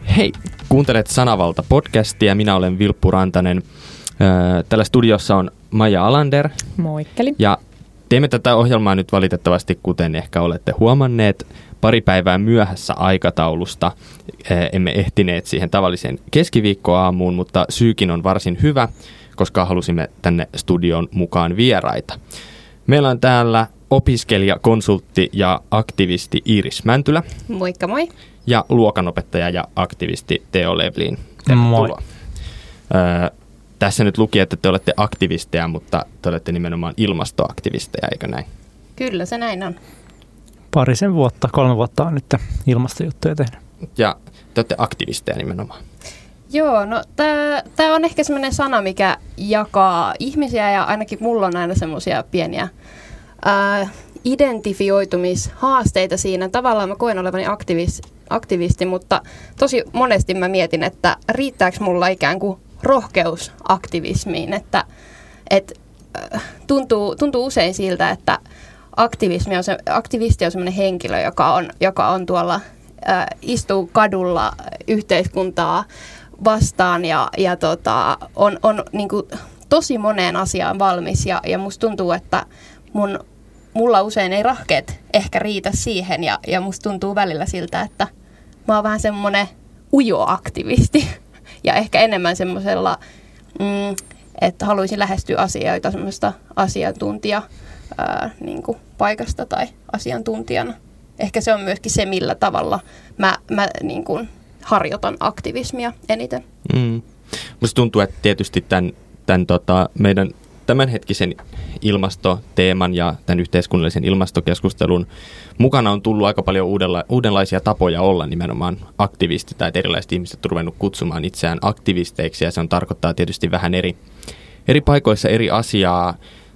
Hei, kuuntelet Sanavalta-podcastia. Minä olen Vilppu Rantanen. Tällä studiossa on Maija Alander. Moikkeli. Ja teemme tätä ohjelmaa nyt valitettavasti, kuten ehkä olette huomanneet, pari päivää myöhässä aikataulusta. Emme ehtineet siihen tavalliseen keskiviikkoaamuun, mutta syykin on varsin hyvä, koska halusimme tänne studion mukaan vieraita. Meillä on täällä opiskelija, konsultti ja aktivisti Iiris Mäntylä. Moikka moi. Ja luokanopettaja ja aktivisti Teo Levlin. Tervetuloa. Tässä nyt luki, että te olette aktivisteja, mutta te olette nimenomaan ilmastoaktivisteja, eikö näin? Kyllä, se näin on. 3 vuotta on nyt ilmastojuttuja tehnyt. Ja te olette aktivisteja nimenomaan. Joo, no tämä on ehkä semmoinen sana, mikä jakaa ihmisiä ja ainakin mulla on aina semmoisia pieniä identifioitumishaasteita siinä. Tavallaan mä koen olevani aktivisti, mutta tosi monesti mä mietin, että riittääkö mulla ikään kuin rohkeus aktivismiin, että tuntuu usein siltä, että aktivisti on semmoinen henkilö, joka on tuolla istuu kadulla yhteiskuntaa vastaan ja on niin kuin tosi moneen asiaan valmis ja musta tuntuu, että mulla usein ei rahkeet ehkä riitä siihen ja musta tuntuu välillä siltä, että mä oon vähän semmoinen ujo-aktivisti ja ehkä enemmän semmoisella, että haluaisin lähestyä asioita semmoista asiantuntija niin kuin paikasta tai asiantuntijana. Ehkä se on myöskin se, millä tavalla mä niin kuin harjoitan aktivismia eniten. Musta tuntuu, että tietysti tämän meidän tämänhetkisen ilmastoteeman ja tämän yhteiskunnallisen ilmastokeskustelun mukana on tullut aika paljon uudenlaisia tapoja olla nimenomaan aktivisti, tai erilaiset ihmiset on ruvennut kutsumaan itseään aktivisteiksi, ja se tarkoittaa tietysti vähän eri paikoissa eri asiaa.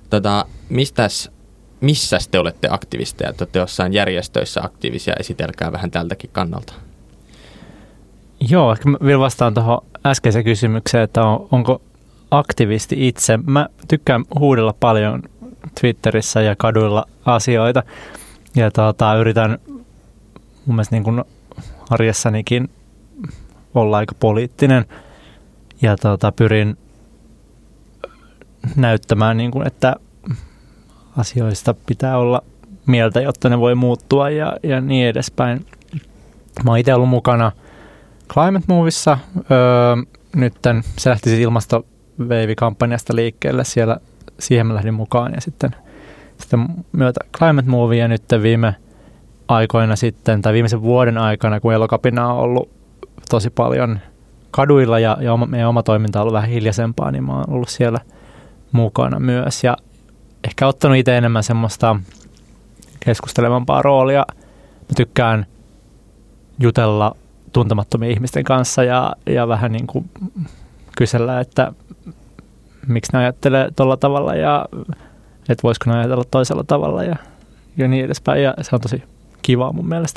Missä te olette aktivisteja? Te olette jossain järjestöissä aktiivisia, esitelkää vähän tältäkin kannalta. Joo, ehkä mä vielä vastaan tuohon äskeiseen kysymykseen, että onko aktivisti itse. Mä tykkään huudella paljon Twitterissä ja kaduilla asioita ja yritän mun mielestä niin kuin arjessanikin olla aika poliittinen ja pyrin näyttämään, niin kuin, että asioista pitää olla mieltä, jotta ne voi muuttua ja niin edespäin. Mä oon itse ollut mukana Climate Movessa. Nyt se lähti siis ilmastoveivikampanjasta liikkeelle. Siihen mä lähdin mukaan ja sitten myötä Climate Move ja nyt viime aikoina sitten, tai viimeisen vuoden aikana, kun Elokapina on ollut tosi paljon kaduilla ja meidän oma toiminta on ollut vähän hiljaisempaa, niin mä oon ollut siellä mukana myös ja ehkä ottanut itse enemmän semmoista keskustelevampaa roolia. Mä tykkään jutella tuntemattomien ihmisten kanssa ja vähän niin kuin kysellä, että miksi ne ajattelee tolla tavalla ja että voisiko ne ajatella toisella tavalla ja niin edespäin. Ja se on tosi kivaa mun mielestä.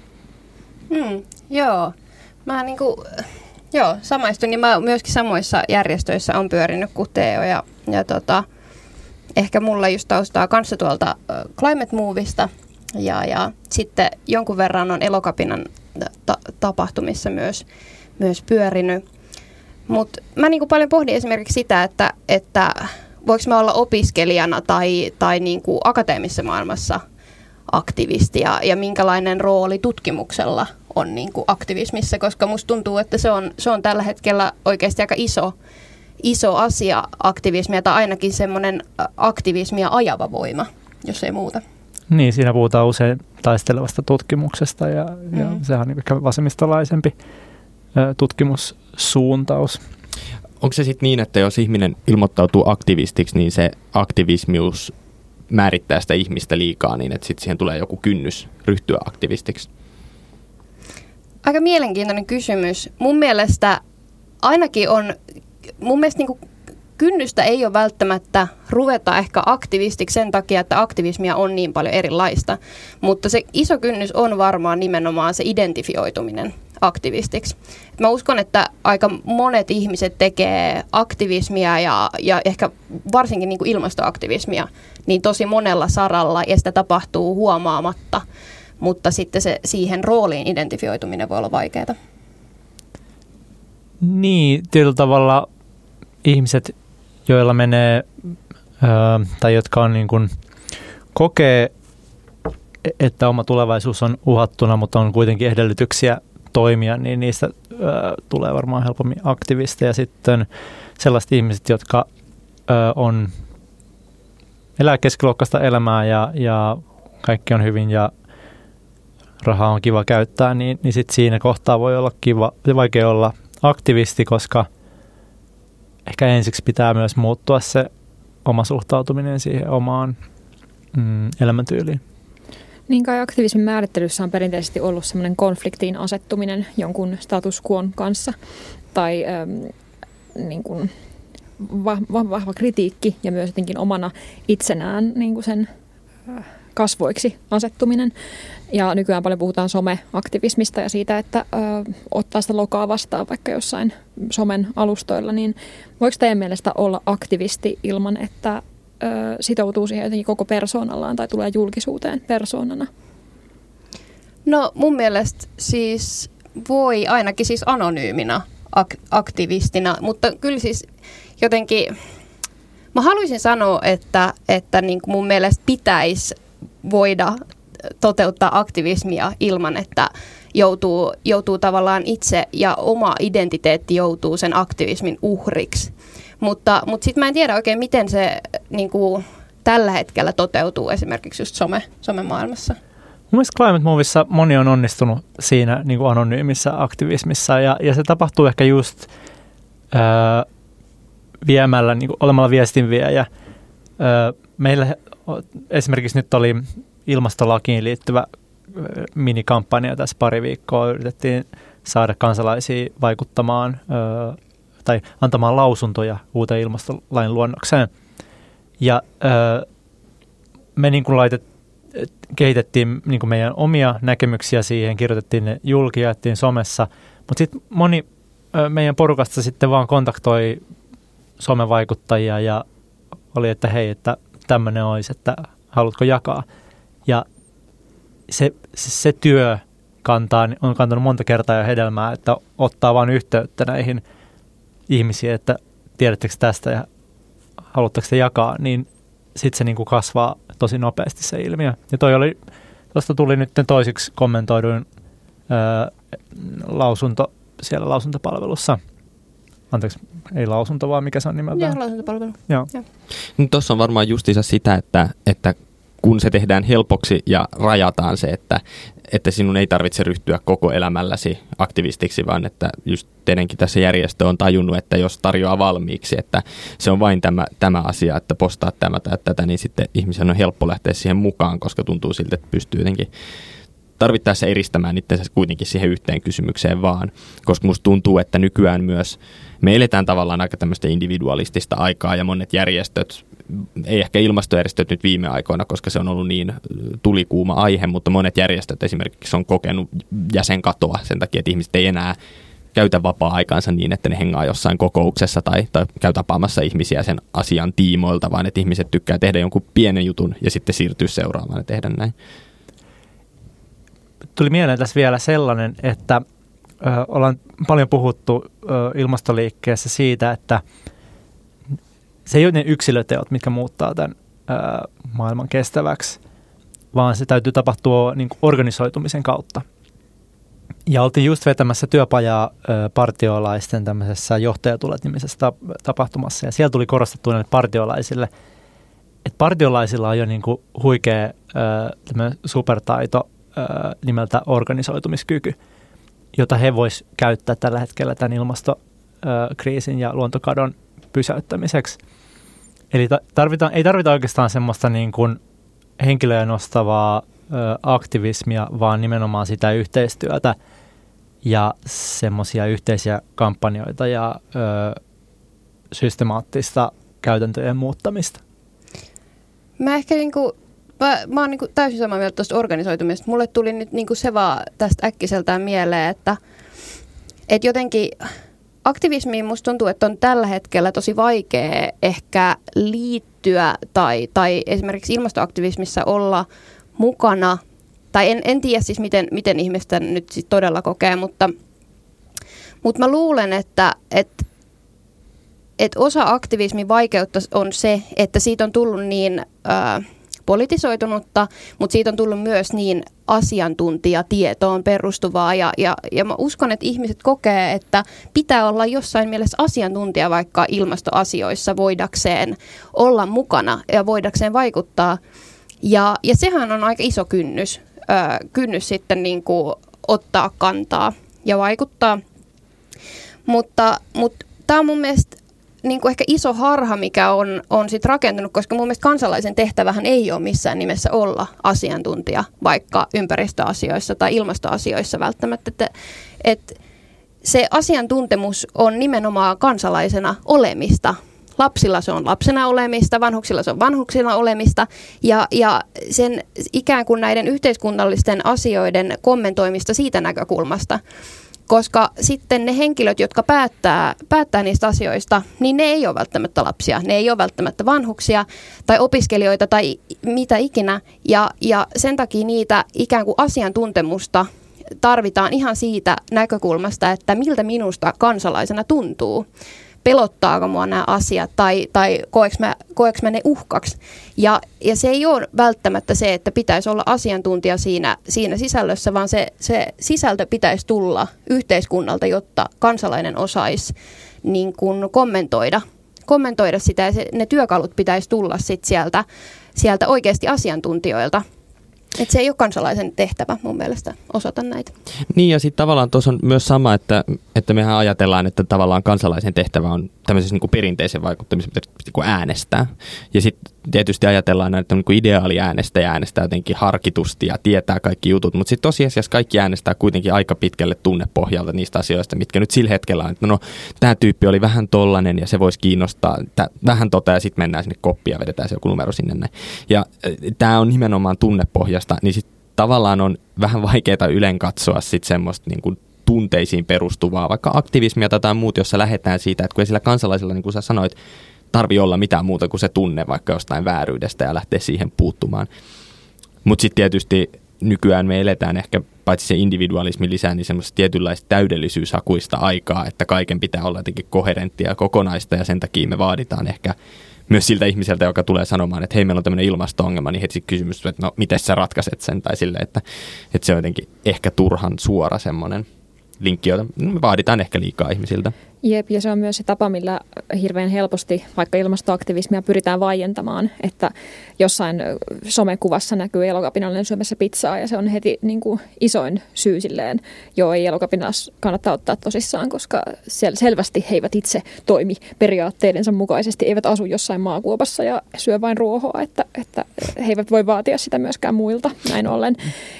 Joo. Mä samaistun. Ja mä myöskin samoissa järjestöissä on pyörinyt kuin Teo ja ehkä mulla just taustaa kanssa tuolta Climate Movesta ja sitten jonkun verran on Elokapinan tapahtumissa myös pyörinyt. Mutta mä niinku paljon pohdin esimerkiksi sitä, että voiko mä olla opiskelijana tai niinku akateemisessa maailmassa aktivisti ja minkälainen rooli tutkimuksella on niinku aktivismissa, koska musta tuntuu, että se on tällä hetkellä oikeasti aika iso asia aktivismia tai ainakin semmoinen aktivismia ajava voima, jos ei muuta. Niin, siinä puhutaan usein taistelevasta tutkimuksesta ja sehän on ehkä vasemmistolaisempi tutkimussuuntaus. Onko se sitten niin, että jos ihminen ilmoittautuu aktivistiksi, niin se aktivismius määrittää sitä ihmistä liikaa, niin että sitten siihen tulee joku kynnys ryhtyä aktivistiksi? Aika mielenkiintoinen kysymys. Mun mielestä ainakin niinku kynnystä ei ole välttämättä ruveta ehkä aktivistiksi sen takia, että aktivismia on niin paljon erilaista, mutta se iso kynnys on varmaan nimenomaan se identifioituminen aktivistiksi. Mä uskon, että aika monet ihmiset tekee aktivismia ja ehkä varsinkin niin kuin ilmastoaktivismia niin tosi monella saralla ja sitä tapahtuu huomaamatta, mutta sitten se siihen rooliin identifioituminen voi olla vaikeaa. Niin, tietyllä tavalla ihmiset, joilla menee tai jotka on niin kuin kokee, että oma tulevaisuus on uhattuna, mutta on kuitenkin edellytyksiä toimia, niin niistä tulee varmaan helpommin aktivisteja. Sitten sellaiset ihmiset, jotka elää keskiluokkaista elämää ja kaikki on hyvin ja rahaa on kiva käyttää, niin sitten siinä kohtaa voi olla vaikea olla aktivisti, koska ehkä ensiksi pitää myös muuttua se oma suhtautuminen siihen omaan elämäntyyliin. Niin kai aktivismin määrittelyssä on perinteisesti ollut semmoinen konfliktiin asettuminen jonkun status quon kanssa tai niin kuin vahva kritiikki ja myös jotenkin omana itsenään niin kuin sen kasvoiksi asettuminen. Ja nykyään paljon puhutaan someaktivismista ja siitä, että ottaa sitä lokaa vastaan vaikka jossain somen alustoilla. Niin voiko teidän mielestä olla aktivisti ilman, että sitoutuu siihen jotenkin koko persoonallaan tai tulee julkisuuteen persoonana? No mun mielestä siis voi ainakin siis anonyyminä aktivistina, mutta kyllä siis jotenkin mä haluaisin sanoa, että niin kuin mun mielestä pitäisi voida toteuttaa aktivismia ilman, että joutuu tavallaan itse ja oma identiteetti joutuu sen aktivismin uhriksi. Mutta sitten mä en tiedä oikein, miten se niin kuin tällä hetkellä toteutuu esimerkiksi just somemaailmassa. Mun mielestä Climate Movissa moni on onnistunut siinä niin kuin anonyymissä aktivismissa ja se tapahtuu ehkä just viemällä, niin kuin olemalla viestinviejä. Meillä esimerkiksi nyt oli ilmastolakiin liittyvä minikampanja tässä pari viikkoa. Yritettiin saada kansalaisia vaikuttamaan tai antamaan lausuntoja uuteen ilmastolain luonnokseen. Ja me niin kuin kehitettiin niin kuin meidän omia näkemyksiä siihen, kirjoitettiin ne julki, jaettiin somessa, mutta sitten moni meidän porukasta sitten vaan kontaktoi somevaikuttajia ja oli, että hei, että tämmöinen olisi, että haluatko jakaa. Ja se työ on kantanut monta kertaa jo hedelmää, että ottaa vaan yhteyttä näihin ihmisiin, että tiedättekö tästä ja haluatteko te jakaa, niin sitten se niinku kasvaa tosi nopeasti se ilmiö. Ja tuosta tuli nyt toisiksi kommentoiduin lausunto siellä lausuntopalvelussa. Anteeksi, ei lausunto, vaan mikä se on nimeltään? Joo, lausuntopalvelu. Joo. No, tuossa on varmaan justiinsa sitä, että kun se tehdään helpoksi ja rajataan se, että sinun ei tarvitse ryhtyä koko elämälläsi aktivistiksi, vaan että just teidänkin tässä järjestö on tajunnut, että jos tarjoaa valmiiksi, että se on vain tämä asia, että postaa tämä tai tätä, niin sitten ihmisen on helppo lähteä siihen mukaan, koska tuntuu siltä, että pystyy jotenkin tarvittaessa eristämään itsensä kuitenkin siihen yhteen kysymykseen vaan, koska musta tuntuu, että nykyään myös me eletään tavallaan aika tämmöistä individualistista aikaa ja monet järjestöt, ei ehkä ilmastojärjestöt nyt viime aikoina, koska se on ollut niin tulikuuma aihe, mutta monet järjestöt esimerkiksi on kokenut jäsenkatoa sen takia, että ihmiset ei enää käytä vapaa-aikaansa niin, että ne hengaa jossain kokouksessa tai käy tapaamassa ihmisiä sen asian tiimoilta, vaan että ihmiset tykkää tehdä jonkun pienen jutun ja sitten siirtyä seuraamaan ja tehdä näin. Tuli mieleen tässä vielä sellainen, että ollaan paljon puhuttu ilmastoliikkeessä siitä, että se ei ole ne yksilöteot, mitkä muuttaa tämän maailman kestäväksi, vaan se täytyy tapahtua niin kuin organisoitumisen kautta. Ja oltiin just vetämässä työpajaa partiolaisten tämmöisessä johtajatulet-nimisessä tapahtumassa, ja siellä tuli korostettua näille partiolaisille, että partiolaisilla on jo niin kuin huikea supertaito nimeltä organisoitumiskyky, jota he vois käyttää tällä hetkellä tämän ilmastokriisin ja luontokadon pysäyttämiseksi. Eli ei tarvita oikeastaan semmoista niin kuin henkilöä nostavaa aktivismia, vaan nimenomaan sitä yhteistyötä ja semmoisia yhteisiä kampanjoita ja systemaattista käytäntöjen muuttamista. Mä ehkä mä oon täysin samaa mieltä tuosta organisoitumisesta. Mulle tuli nyt se vaan tästä äkkiseltään mieleen, että jotenkin aktivismiin musta tuntuu, että on tällä hetkellä tosi vaikea ehkä liittyä tai esimerkiksi ilmastoaktivismissa olla mukana. Tai en tiedä siis miten ihmistä nyt sit todella kokee, mutta Mutta mä luulen, että osa aktivismin vaikeutta on se, että siitä on tullut niin politisoitunutta, mutta siitä on tullut myös niin asiantuntijatietoon perustuvaa. Ja mä uskon, että ihmiset kokee, että pitää olla jossain mielessä asiantuntija vaikka ilmastoasioissa voidakseen olla mukana ja voidakseen vaikuttaa. Ja sehän on aika iso kynnys sitten niin kuin ottaa kantaa ja vaikuttaa. Mutta tämä on mun mielestä niin kuin ehkä iso harha, mikä on sit rakentunut, koska mun mielestä kansalaisen tehtävähän ei ole missään nimessä olla asiantuntija vaikka ympäristöasioissa tai ilmastoasioissa välttämättä. Että se asiantuntemus on nimenomaan kansalaisena olemista. Lapsilla se on lapsena olemista, vanhuksilla se on vanhuksilla olemista ja sen ikään kuin näiden yhteiskunnallisten asioiden kommentoimista siitä näkökulmasta. Koska sitten ne henkilöt, jotka päättää niistä asioista, niin ne ei ole välttämättä lapsia, ne ei ole välttämättä vanhuksia tai opiskelijoita tai mitä ikinä. Ja sen takia niitä ikään kuin asiantuntemusta tarvitaan ihan siitä näkökulmasta, että miltä minusta kansalaisena tuntuu. Pelottaako mua nämä asiat tai koeks mä ne uhkaksi. Ja se ei ole välttämättä se, että pitäisi olla asiantuntija siinä sisällössä, vaan se sisältö pitäisi tulla yhteiskunnalta, jotta kansalainen osaisi niin kuin kommentoida sitä. Ja ne työkalut pitäisi tulla sit sieltä oikeasti asiantuntijoilta. Että se ei ole kansalaisen tehtävä mun mielestä osata näitä. Niin ja sitten tavallaan tuossa on myös sama, että mehän ajatellaan, että tavallaan kansalaisen tehtävä on tämmöisessä niin kuin perinteisen vaikuttamisen kuin äänestää. Ja sitten tietysti ajatellaan, että niin kuin ideaali äänestäjä äänestää jotenkin harkitusti ja tietää kaikki jutut. Mutta sitten tosiasiassa kaikki äänestää kuitenkin aika pitkälle tunnepohjalta niistä asioista, mitkä nyt sillä hetkellä on. Että no tämä tyyppi oli vähän tollainen ja se voisi kiinnostaa vähän ja sitten mennään sinne koppiin ja vedetään se joku numero sinne näin. Ja tämä on nimenomaan tunnepohjasta, niin sitten tavallaan on vähän vaikeaa ylen katsoa sitten semmoista niin kuin tunteisiin perustuvaa, vaikka aktivismia tai jotain muuta, jossa lähdetään siitä, että kun ei sillä kansalaisilla, niin kuin sä sanoit, tarvii olla mitään muuta kuin se tunne vaikka jostain vääryydestä ja lähteä siihen puuttumaan. Mutta sitten tietysti nykyään me eletään ehkä paitsi se individualismi lisää, niin semmoista tietynlaista täydellisyyshakuista aikaa, että kaiken pitää olla jotenkin koherenttia ja kokonaista ja sen takia me vaaditaan ehkä myös siltä ihmiseltä, joka tulee sanomaan, että hei, meillä on tämmöinen ilmasto-ongelma, niin heti kysymys, että no, miten sä ratkaiset sen, tai silleen, että se on jotenkin ehkä turhan suora semmoinen linkki, jota me vaaditaan ehkä liikaa ihmisiltä. Jep, ja se on myös se tapa, millä hirveän helposti vaikka ilmastoaktivismia pyritään vaientamaan, että jossain somekuvassa näkyy elokapinallinen syömässä pizzaa, ja se on heti niin kuin isoin syy silleen, joo, ei elokapinassa kannattaa ottaa tosissaan, koska selvästi he eivät itse toimi periaatteidensa mukaisesti, eivät asu jossain maakuopassa ja syö vain ruohoa, että he eivät voi vaatia sitä myöskään muilta näin ollen.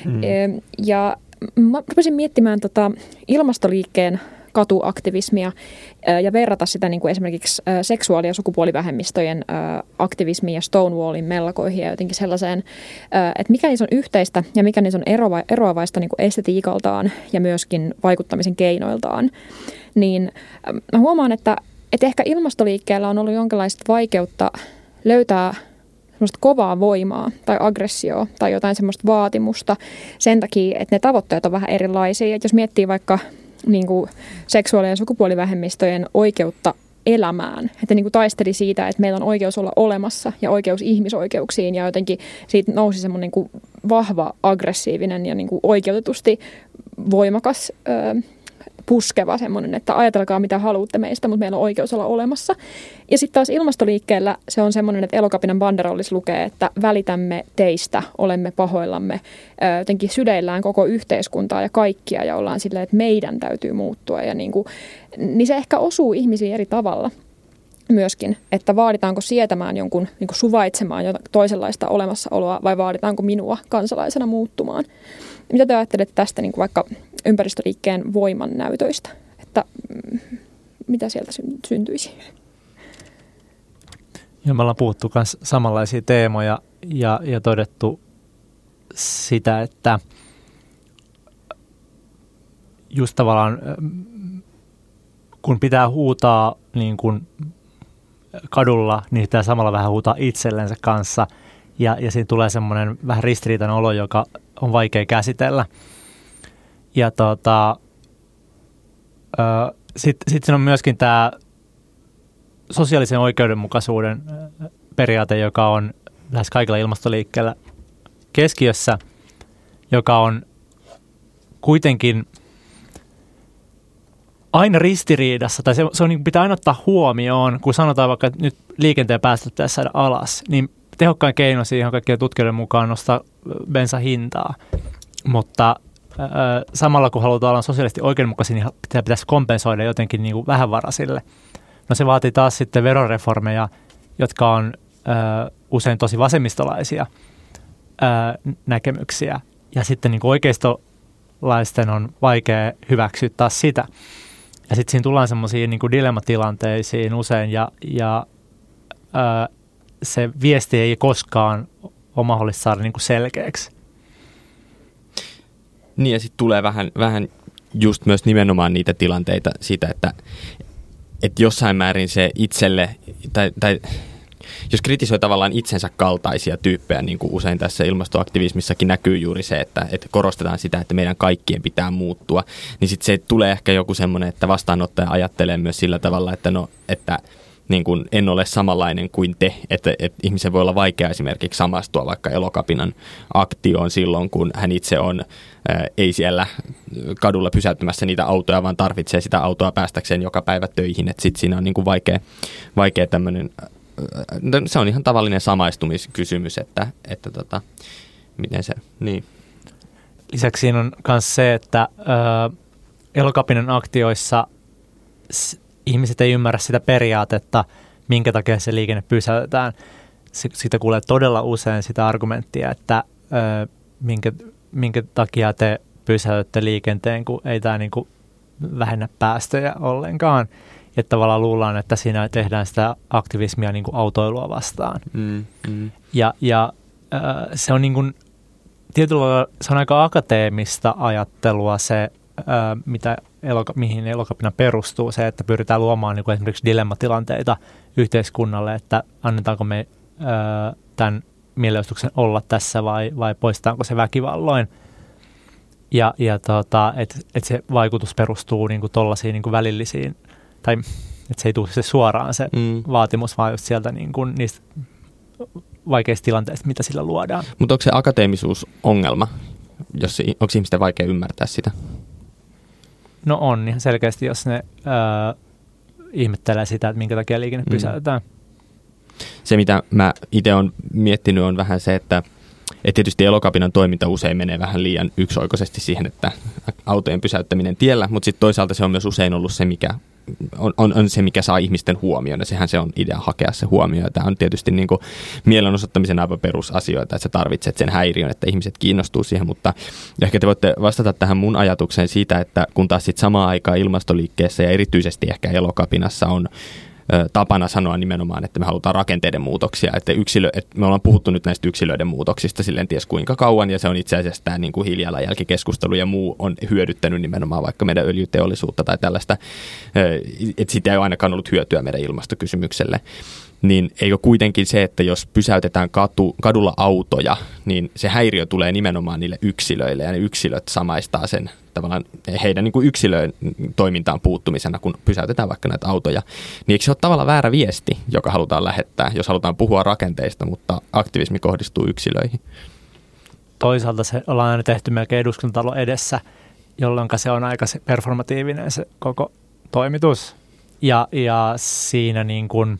Ja mä rupesin miettimään ilmastoliikkeen katuaktivismia ja verrata sitä niin kuin esimerkiksi seksuaali- ja sukupuolivähemmistöjen aktivismiin ja Stonewallin mellakoihin ja jotenkin sellaiseen, että mikä niissä on yhteistä ja mikä niissä on eroavaista niin kuin estetiikaltaan ja myöskin vaikuttamisen keinoiltaan. Niin mä huomaan, että ehkä ilmastoliikkeellä on ollut jonkinlaista vaikeutta löytää semmoista kovaa voimaa tai aggressioa tai jotain semmoista vaatimusta sen takia, että ne tavoitteet on vähän erilaisia. Et jos miettii vaikka niin kuin seksuaali- ja sukupuolivähemmistöjen oikeutta elämään, että niin kuin taisteli siitä, että meillä on oikeus olla olemassa ja oikeus ihmisoikeuksiin ja jotenkin siitä nousi semmoinen niin kuin vahva, aggressiivinen ja niin kuin oikeutetusti voimakas puskeva semmoinen, että ajatelkaa mitä haluatte meistä, mutta meillä on oikeus olla olemassa. Ja sitten taas ilmastoliikkeellä se on semmoinen, että Elokapinan banderollis lukee, että välitämme teistä, olemme pahoillamme, jotenkin syleillään koko yhteiskuntaa ja kaikkia ja ollaan silleen, että meidän täytyy muuttua. Ja niin se ehkä osuu ihmisiin eri tavalla myöskin, että vaaditaanko sietämään jonkun niin kuin suvaitsemaan toisenlaista olemassaoloa vai vaaditaanko minua kansalaisena muuttumaan. Mitä te ajattelette tästä niin kuin vaikka ympäristöliikkeen voiman näytöistä, että mitä sieltä syntyisi? Ja me ollaan puhuttu myös samanlaisia teemoja ja todettu sitä, että just tavallaan kun pitää huutaa niin kuin kadulla, niin pitää samalla vähän huutaa itsellensä kanssa ja siinä tulee semmoinen vähän ristiriitainen olo, joka on vaikea käsitellä. Ja Sitten siinä on myöskin tämä sosiaalisen oikeudenmukaisuuden periaate, joka on lähes kaikilla ilmastoliikkeellä keskiössä, joka on kuitenkin aina ristiriidassa, tai se on, niin pitää aina ottaa huomioon, kun sanotaan vaikka, että nyt liikenteen päästöt pitäisi saada alas, niin tehokkain keino siihen on kaikkien tutkijoiden mukaan nostaa bensahintaa, mutta samalla kun halutaan olla sosiaalisesti oikeudenmukaisia, niin pitäisi kompensoida jotenkin niin kuin vähävaraisille. No se vaatii taas sitten veroreformeja, jotka on usein tosi vasemmistolaisia näkemyksiä, ja sitten niin kuin oikeistolaisten on vaikea hyväksyä taas sitä. Ja sitten siinä tullaan semmoisiin niin kuin dilemmatilanteisiin usein, ja se viesti ei koskaan ole mahdollista saada niin kuin selkeäksi. Niin, ja sitten tulee vähän just myös nimenomaan niitä tilanteita siitä, että jossain määrin se itselle, tai jos kritisoi tavallaan itsensä kaltaisia tyyppejä, niin kuin usein tässä ilmastoaktivismissakin näkyy juuri se, että korostetaan sitä, että meidän kaikkien pitää muuttua, niin sitten se tulee ehkä joku semmoinen, että vastaanottaja ajattelee myös sillä tavalla, että niin kuin en ole samanlainen kuin te, että ihmisen voi olla vaikea esimerkiksi samastua vaikka Elokapinan aktioon silloin, kun hän itse on ei siellä kadulla pysäyttämässä niitä autoja, vaan tarvitsee sitä autoa päästäkseen joka päivä töihin, että sitten siinä on niin kuin vaikea tämmöinen, se on ihan tavallinen samaistumiskysymys, että miten se, niin. Lisäksi siinä on myös se, että Elokapinan aktioissa ihmiset ei ymmärrä sitä periaatetta, minkä takia se liikenne pysäytetään. Siitä kuulee todella usein sitä argumenttia, että minkä takia te pysäytätte liikenteen, kun ei tämä niin kuin vähennä päästöjä ollenkaan. Että tavallaan luullaan, että siinä tehdään sitä aktivismia niin kuin autoilua vastaan. Ja se on niin kuin, tietyllä lailla se on aika akateemista ajattelua se, mihin Elokapina perustuu, se, että pyritään luomaan niin kuin esimerkiksi dilemmatilanteita yhteiskunnalle, että annetaanko me tämän mielenosoituksen olla tässä vai poistetaanko se väkivalloin. Ja että se vaikutus perustuu niin kuin tollaisiin niin kuin välillisiin, tai että se ei tule se suoraan se vaatimus, vaan just sieltä niin kuin niistä vaikeista tilanteista, mitä sillä luodaan. Mutta onko se akateemisuus ongelma? Onko ihmisten vaikea ymmärtää sitä? No on ihan selkeästi, jos ne ihmettelee sitä, että minkä takia liikenne pysäytetään. Se, mitä mä itse olen miettinyt, on vähän se, että tietysti Elokapinan toiminta usein menee vähän liian yksioikoisesti siihen, että autojen pysäyttäminen tiellä, mutta sitten toisaalta se on myös usein ollut se, mikä on se, mikä saa ihmisten huomioon, ja sehän se on idea hakea se huomio. Tämä on tietysti niin kuin mielenosoittamisen aivan perusasioita, että sä tarvitset sen häiriön, että ihmiset kiinnostuu siihen, mutta ehkä te voitte vastata tähän mun ajatukseen siitä, että kun taas sitten samaan aikaan ilmastoliikkeessä ja erityisesti ehkä Elokapinassa on tapana sanoa nimenomaan, että me halutaan rakenteiden muutoksia, että me ollaan puhuttu nyt näistä yksilöiden muutoksista silleen ties kuinka kauan, ja se on itse asiassa tämä niin kuin hiilijalanjälkikeskustelu ja muu on hyödyttänyt nimenomaan vaikka meidän öljyteollisuutta tai tällaista, että siitä ei ole ainakaan ollut hyötyä meidän ilmastokysymykselle. Niin eikö kuitenkin se, että jos pysäytetään kadulla autoja, niin se häiriö tulee nimenomaan niille yksilöille, ja ne yksilöt samaistaa sen tavallaan heidän niin kuin yksilöön toimintaan puuttumisena, kun pysäytetään vaikka näitä autoja. Niin eikö se ole tavallaan väärä viesti, joka halutaan lähettää, jos halutaan puhua rakenteista, mutta aktivismi kohdistuu yksilöihin? Toisaalta se ollaan aina tehty melkein eduskuntatalon edessä, jolloin se on aika performatiivinen se koko toimitus. Ja siinä niin kuin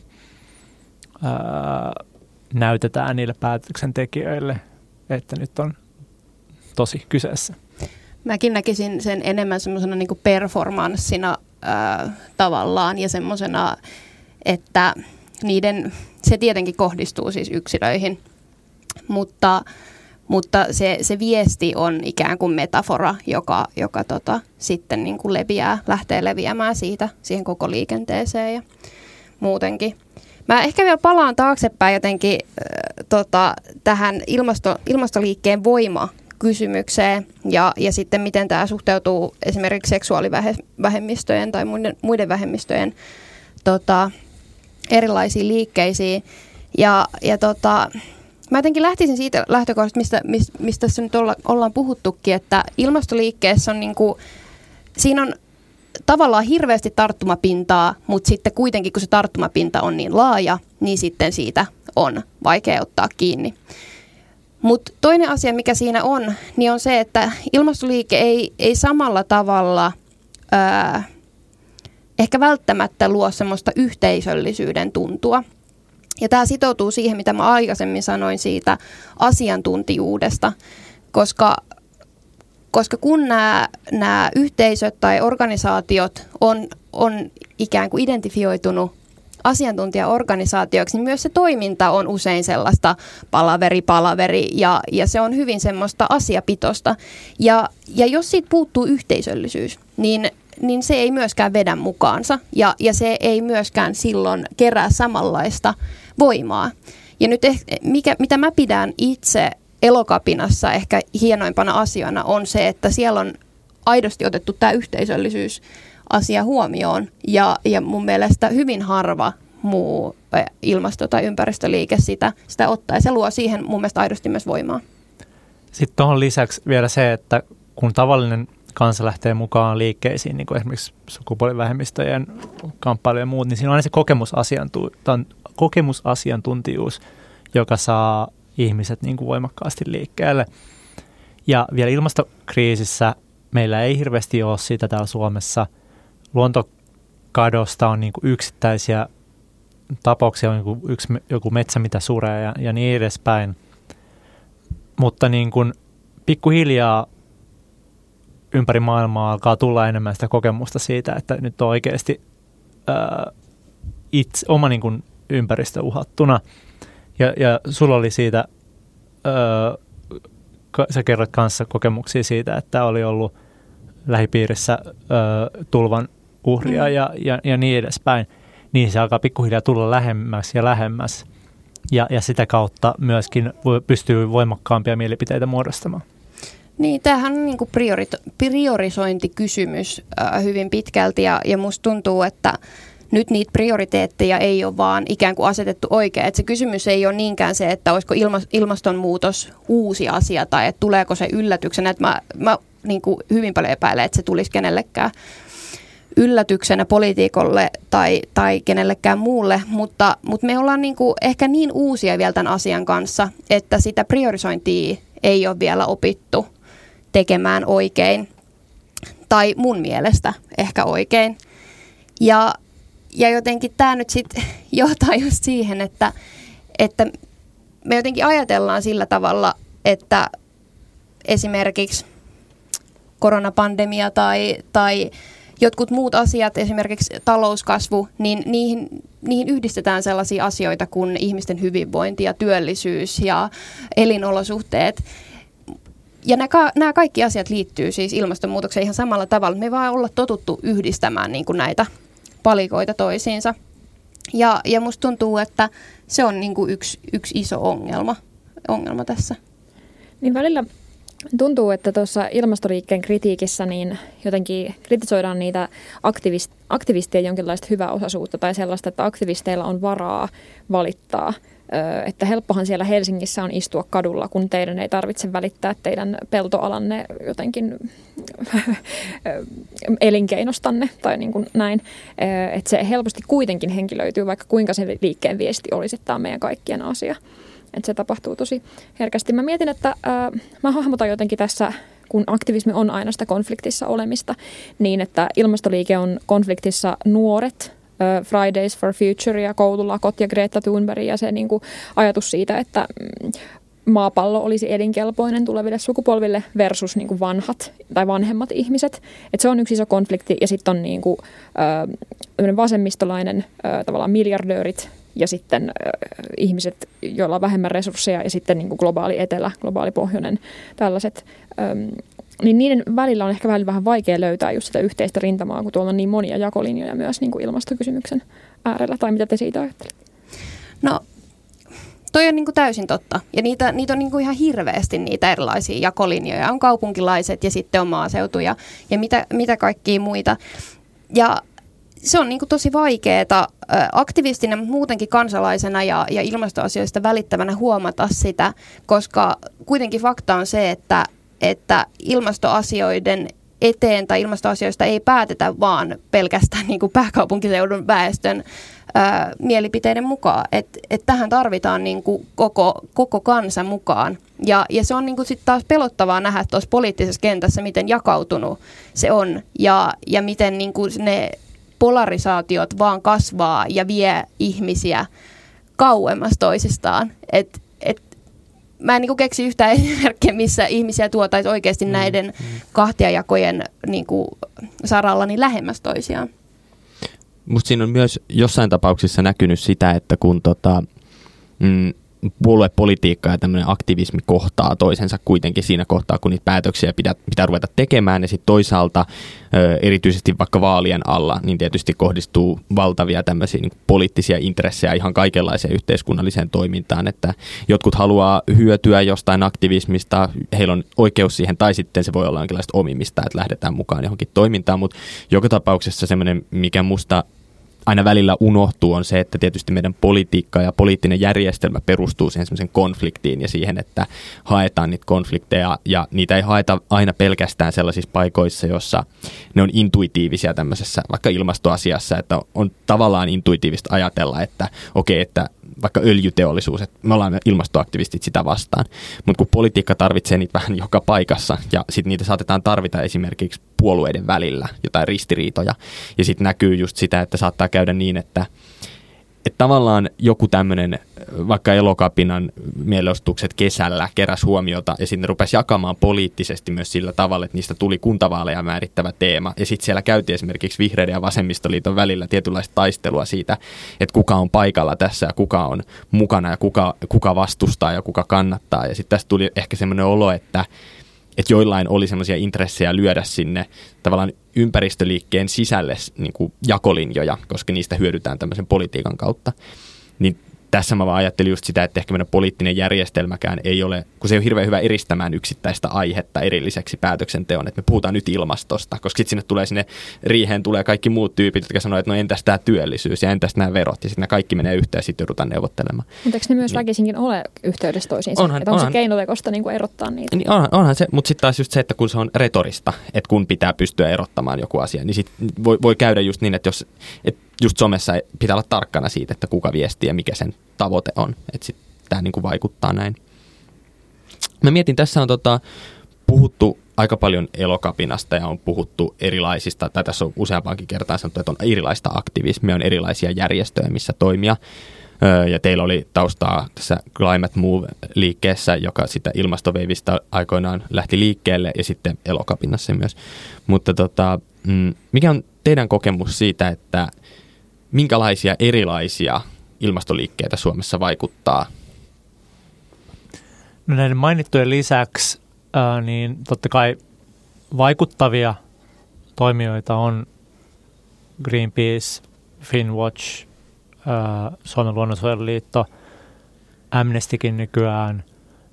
näytetään niille päätöksentekijöille, että nyt on tosi kyseessä. Mäkin näkisin sen enemmän semmoisena niin kuin performanssina tavallaan ja semmoisena, että se tietenkin kohdistuu siis yksilöihin, mutta se viesti on ikään kuin metafora, joka sitten niin kuin lähtee leviämään siihen koko liikenteeseen ja muutenkin. Mä ehkä vielä palaan taaksepäin jotenkin tähän ilmastoliikkeen voimakysymykseen ja sitten miten tämä suhteutuu esimerkiksi seksuaalivähemmistöjen tai muiden vähemmistöjen erilaisiin liikkeisiin. Mä jotenkin lähtisin siitä lähtökohdasta, mistä tässä nyt ollaan puhuttukin, että ilmastoliikkeessä on siinä on tavallaan hirveästi tarttumapintaa, mutta sitten kuitenkin kun se tarttumapinta on niin laaja, niin sitten siitä on vaikea ottaa kiinni. Mutta toinen asia, mikä siinä on, niin on se, että ilmastoliike ei samalla tavalla ehkä välttämättä luo semmoista yhteisöllisyyden tuntua. Ja tämä sitoutuu siihen, mitä mä aikaisemmin sanoin siitä asiantuntijuudesta, koska kun nämä yhteisöt tai organisaatiot on ikään kuin identifioitunut asiantuntijaorganisaatioiksi, niin myös se toiminta on usein sellaista palaveri ja se on hyvin semmoista asiapitosta. Ja jos siitä puuttuu yhteisöllisyys, niin se ei myöskään vedä mukaansa ja se ei myöskään silloin kerää samanlaista voimaa. Ja nyt mitä mä pidän itse Elokapinassa ehkä hienoimpana asiana on se, että siellä on aidosti otettu tämä yhteisöllisyysasia huomioon ja mun mielestä hyvin harva muu ilmasto- tai ympäristöliike sitä ottaa ja se luo siihen mun mielestä aidosti myös voimaa. Sitten tuohon lisäksi vielä se, että kun tavallinen kansa lähtee mukaan liikkeisiin, niin kuin esimerkiksi sukupuolivähemmistöjen kamppailu ja muut, niin siinä on aina se kokemusasiantuntijuus, joka saa ihmiset niin kuin voimakkaasti liikkeelle. Ja vielä ilmastokriisissä meillä ei hirveästi ole sitä täällä Suomessa. Luontokadosta on niin kuin yksittäisiä tapauksia, on niin kuin joku metsä, mitä suree ja niin edespäin. Mutta niin kuin pikkuhiljaa ympäri maailmaa alkaa tulla enemmän sitä kokemusta siitä, että nyt on oikeasti oma niin kuin ympäristö uhattuna. Ja sulla oli siitä, sä kerroit kanssa kokemuksia siitä, että oli ollut lähipiirissä tulvan uhria ja niin edespäin. Niin se alkaa pikkuhiljaa tulla lähemmäs ja lähemmäs. Ja sitä kautta myöskin pystyy voimakkaampia mielipiteitä muodostamaan. Niin, tämähän on niin kuin priorisointikysymys hyvin pitkälti ja musta tuntuu, että nyt niitä prioriteetteja ei ole vaan ikään kuin asetettu oikein. Että se kysymys ei ole niinkään se, että olisiko ilmastonmuutos uusi asia tai että tuleeko se yllätyksenä. Että mä niin kuin hyvin paljon epäilen, että se tulisi kenellekään yllätyksenä poliitikolle tai kenellekään muulle, mutta me ollaan niin kuin ehkä niin uusia vielä tämän asian kanssa, että sitä priorisointia ei ole vielä opittu tekemään oikein tai mun mielestä ehkä oikein. Ja jotenkin tämä nyt sitten johtaa just siihen, että me jotenkin ajatellaan sillä tavalla, että esimerkiksi koronapandemia tai jotkut muut asiat, esimerkiksi talouskasvu, niin niihin yhdistetään sellaisia asioita kuin ihmisten hyvinvointi ja työllisyys ja elinolosuhteet. Ja nämä kaikki asiat liittyy siis ilmastonmuutokseen ihan samalla tavalla. Me ei vaan olla totuttu yhdistämään niin kuin näitä palikoita toisiinsa. Ja musta tuntuu, että se on niin kuin yksi iso ongelma tässä. Niin välillä tuntuu, että tuossa ilmastoliikkeen kritiikissä niin jotenkin kritisoidaan niitä aktivistien jonkinlaista hyväosaisuutta tai sellaista, että aktivisteilla on varaa valittaa. Että helppohan siellä Helsingissä on istua kadulla, kun teidän ei tarvitse välittää teidän peltoalanne jotenkin elinkeinostanne tai niin kuin näin. Että se helposti kuitenkin henkilöityy, vaikka kuinka se liikkeen viesti olisi, että tämä on meidän kaikkien asia. Että se tapahtuu tosi herkästi. Mä mietin, että mä hahmotan jotenkin tässä, kun aktivismi on aina sitä konfliktissa olemista, niin että ilmastoliike on konfliktissa nuoret, Fridays for Future ja koululakot ja Greta Thunberg ja se niin kuin ajatus siitä, että maapallo olisi elinkelpoinen tuleville sukupolville versus niin kuin vanhat tai vanhemmat ihmiset. Että se on yksi iso konflikti ja sitten on niin kuin, vasemmistolainen tavallaan miljardöörit ja sitten ihmiset, joilla on vähemmän resursseja ja sitten niin kuin globaali etelä, globaali pohjoinen, tällaiset. Niin niiden välillä on ehkä vähän vaikea löytää just sitä yhteistä rintamaa, kun tuolla on niin monia jakolinjoja myös niin kuin ilmastokysymyksen äärellä. Tai mitä te siitä ajattelette? No, toi on niin kuin täysin totta. Ja niitä on niin kuin ihan hirveästi niitä erilaisia jakolinjoja. On kaupunkilaiset ja sitten on maaseutu ja mitä kaikkia muita. Ja se on niin kuin tosi vaikeaa aktivistina, mutta muutenkin kansalaisena ja ilmastoasioista välittävänä huomata sitä, koska kuitenkin fakta on se, että ilmastoasioiden eteen tai ilmastoasioista ei päätetä vaan pelkästään niin kuin pääkaupunkiseudun väestön mielipiteiden mukaan. Et tähän tarvitaan niin kuin koko kansa mukaan. Ja se on niin kuin sit taas pelottavaa nähdä tuossa poliittisessa kentässä, miten jakautunut se on ja miten niin kuin ne polarisaatiot vaan kasvaa ja vie ihmisiä kauemmas toisistaan. Mä en niin kuin keksi yhtään esimerkkiä, missä ihmisiä tuotaisiin oikeasti näiden kahtiajakojen niin kuin saralla niin lähemmäs toisiaan. Musta siinä on myös jossain tapauksissa näkynyt sitä, että kun puoluepolitiikka ja tämmöinen aktivismi kohtaa toisensa kuitenkin siinä kohtaa, kun niitä päätöksiä pitää ruveta tekemään, ja sitten toisaalta erityisesti vaikka vaalien alla, niin tietysti kohdistuu valtavia tämmöisiä niin poliittisia intressejä ihan kaikenlaiseen yhteiskunnalliseen toimintaan, että jotkut haluaa hyötyä jostain aktivismista, heillä on oikeus siihen, tai sitten se voi olla jonkinlaista omimista, että lähdetään mukaan johonkin toimintaan, mutta joka tapauksessa semmoinen, mikä musta aina välillä unohtuu, on se, että tietysti meidän politiikka ja poliittinen järjestelmä perustuu siihen semmoisen konfliktiin ja siihen, että haetaan niitä konflikteja, ja niitä ei haeta aina pelkästään sellaisissa paikoissa, jossa ne on intuitiivisia tämmöisessä vaikka ilmastoasiassa, että on tavallaan intuitiivista ajatella, että okei, että vaikka öljyteollisuus, että me ollaan ilmastoaktivistit sitä vastaan, mutta kun politiikka tarvitsee niitä vähän joka paikassa, ja sitten niitä saatetaan tarvita esimerkiksi puolueiden välillä, jotain ristiriitoja, ja sitten näkyy just sitä, että saattaa käydä niin, että tavallaan joku tämmöinen, vaikka Elokapinan mielenosoitukset kesällä keräsi huomiota, ja sitten ne rupesi jakamaan poliittisesti myös sillä tavalla, että niistä tuli kuntavaaleja määrittävä teema, ja sitten siellä käytiin esimerkiksi Vihreiden ja Vasemmistoliiton välillä tietynlaista taistelua siitä, että kuka on paikalla tässä, ja kuka on mukana, ja kuka vastustaa, ja kuka kannattaa, ja sitten tästä tuli ehkä semmoinen olo, että joillain oli semmoisia intressejä lyödä sinne tavallaan ympäristöliikkeen sisälle niin kuin jakolinjoja, koska niistä hyödytään tämmöisen politiikan kautta. Niin tässä mä vaan ajattelin just sitä, että ehkä meidän poliittinen järjestelmäkään ei ole, kun se ei ole hirveän hyvä eristämään yksittäistä aihetta erilliseksi päätöksenteon, että me puhutaan nyt ilmastosta, koska sitten sinne riiheen tulee kaikki muut tyypit, jotka sanoo, että no entäs tämä työllisyys ja entäs nämä verot, ja sitten ne kaikki menee yhteen ja sitten joudutaan neuvottelemaan. Mutta eikö ne myös väkisinkin ole yhteydessä toisiinsa? Onhan se keinotekoista niin kuin erottaa niitä? Niin onhan se, mutta sitten taas just se, että kun se on retorista, että kun pitää pystyä erottamaan joku asia, niin sitten voi käydä just niin, että jos just somessa pitää olla tarkkana siitä, että kuka viestii ja mikä sen tavoite on. Että sitten tämä niinku vaikuttaa näin. Mä mietin, tässä on puhuttu aika paljon Elokapinasta ja on puhuttu erilaisista, tai tässä on useampaankin kertaan sanottu, että on erilaista aktivismia, on erilaisia järjestöjä, missä toimia. Ja teillä oli taustaa tässä Climate Move-liikkeessä, joka sitä ilmastoveivistä aikoinaan lähti liikkeelle, ja sitten Elokapinassa myös. Mutta mikä on teidän kokemus siitä, että minkälaisia erilaisia ilmastoliikkeitä Suomessa vaikuttaa? No näiden mainittujen lisäksi niin totta kai vaikuttavia toimijoita on Greenpeace, Finnwatch, Suomen luonnonsuojeluliitto, Amnestykin nykyään,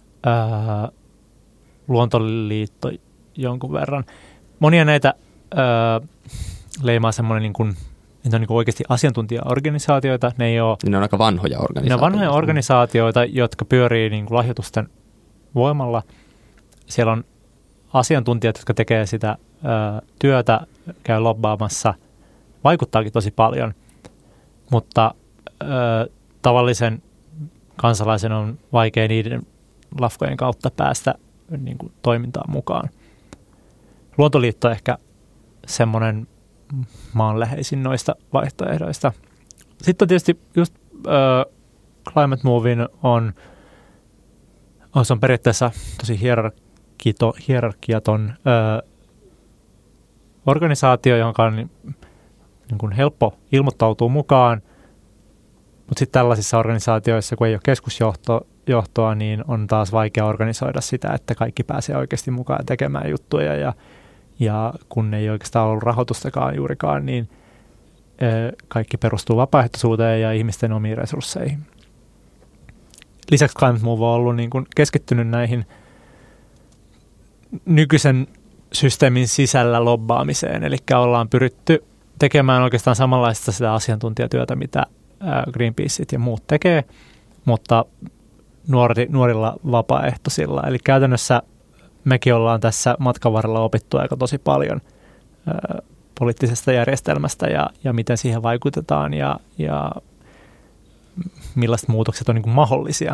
Luontoliitto jonkun verran. Monia näitä leimaa semmoinen niin kuin, ne on niin kuin oikeasti asiantuntijaorganisaatioita. Ne on aika vanhoja organisaatioita. Ne on vanhoja organisaatioita, jotka pyörii niin kuin lahjoitusten voimalla. Siellä on asiantuntijat, jotka tekee sitä työtä, käy lobbaamassa, vaikuttaakin tosi paljon, mutta tavallisen kansalaisen on vaikea niiden lafkojen kautta päästä niin kuin toimintaan mukaan. Luontoliitto on ehkä semmoinen maanläheisin noista vaihtoehdoista. Sitten tietysti just Climate Movin se on periaatteessa tosi hierarkiaton organisaatio, johon on niin kuin helppo ilmoittautua mukaan, mutta sitten tällaisissa organisaatioissa, kun ei ole keskusjohtoa, niin on taas vaikea organisoida sitä, että kaikki pääsee oikeasti mukaan tekemään juttuja ja kun ei oikeastaan ollut rahoitustakaan juurikaan, niin kaikki perustuu vapaaehtoisuuteen ja ihmisten omiin resursseihin. Lisäksi Climate Move on ollut niin kuin keskittynyt näihin nykyisen systeemin sisällä lobbaamiseen, eli ollaan pyritty tekemään oikeastaan samanlaista sitä asiantuntijatyötä, mitä Greenpeaceit ja muut tekee, mutta nuorilla vapaaehtoisilla. Eli käytännössä mekin ollaan tässä matkan varrella opittu aika tosi paljon poliittisesta järjestelmästä ja miten siihen vaikutetaan ja millaiset muutokset on niin kuin mahdollisia.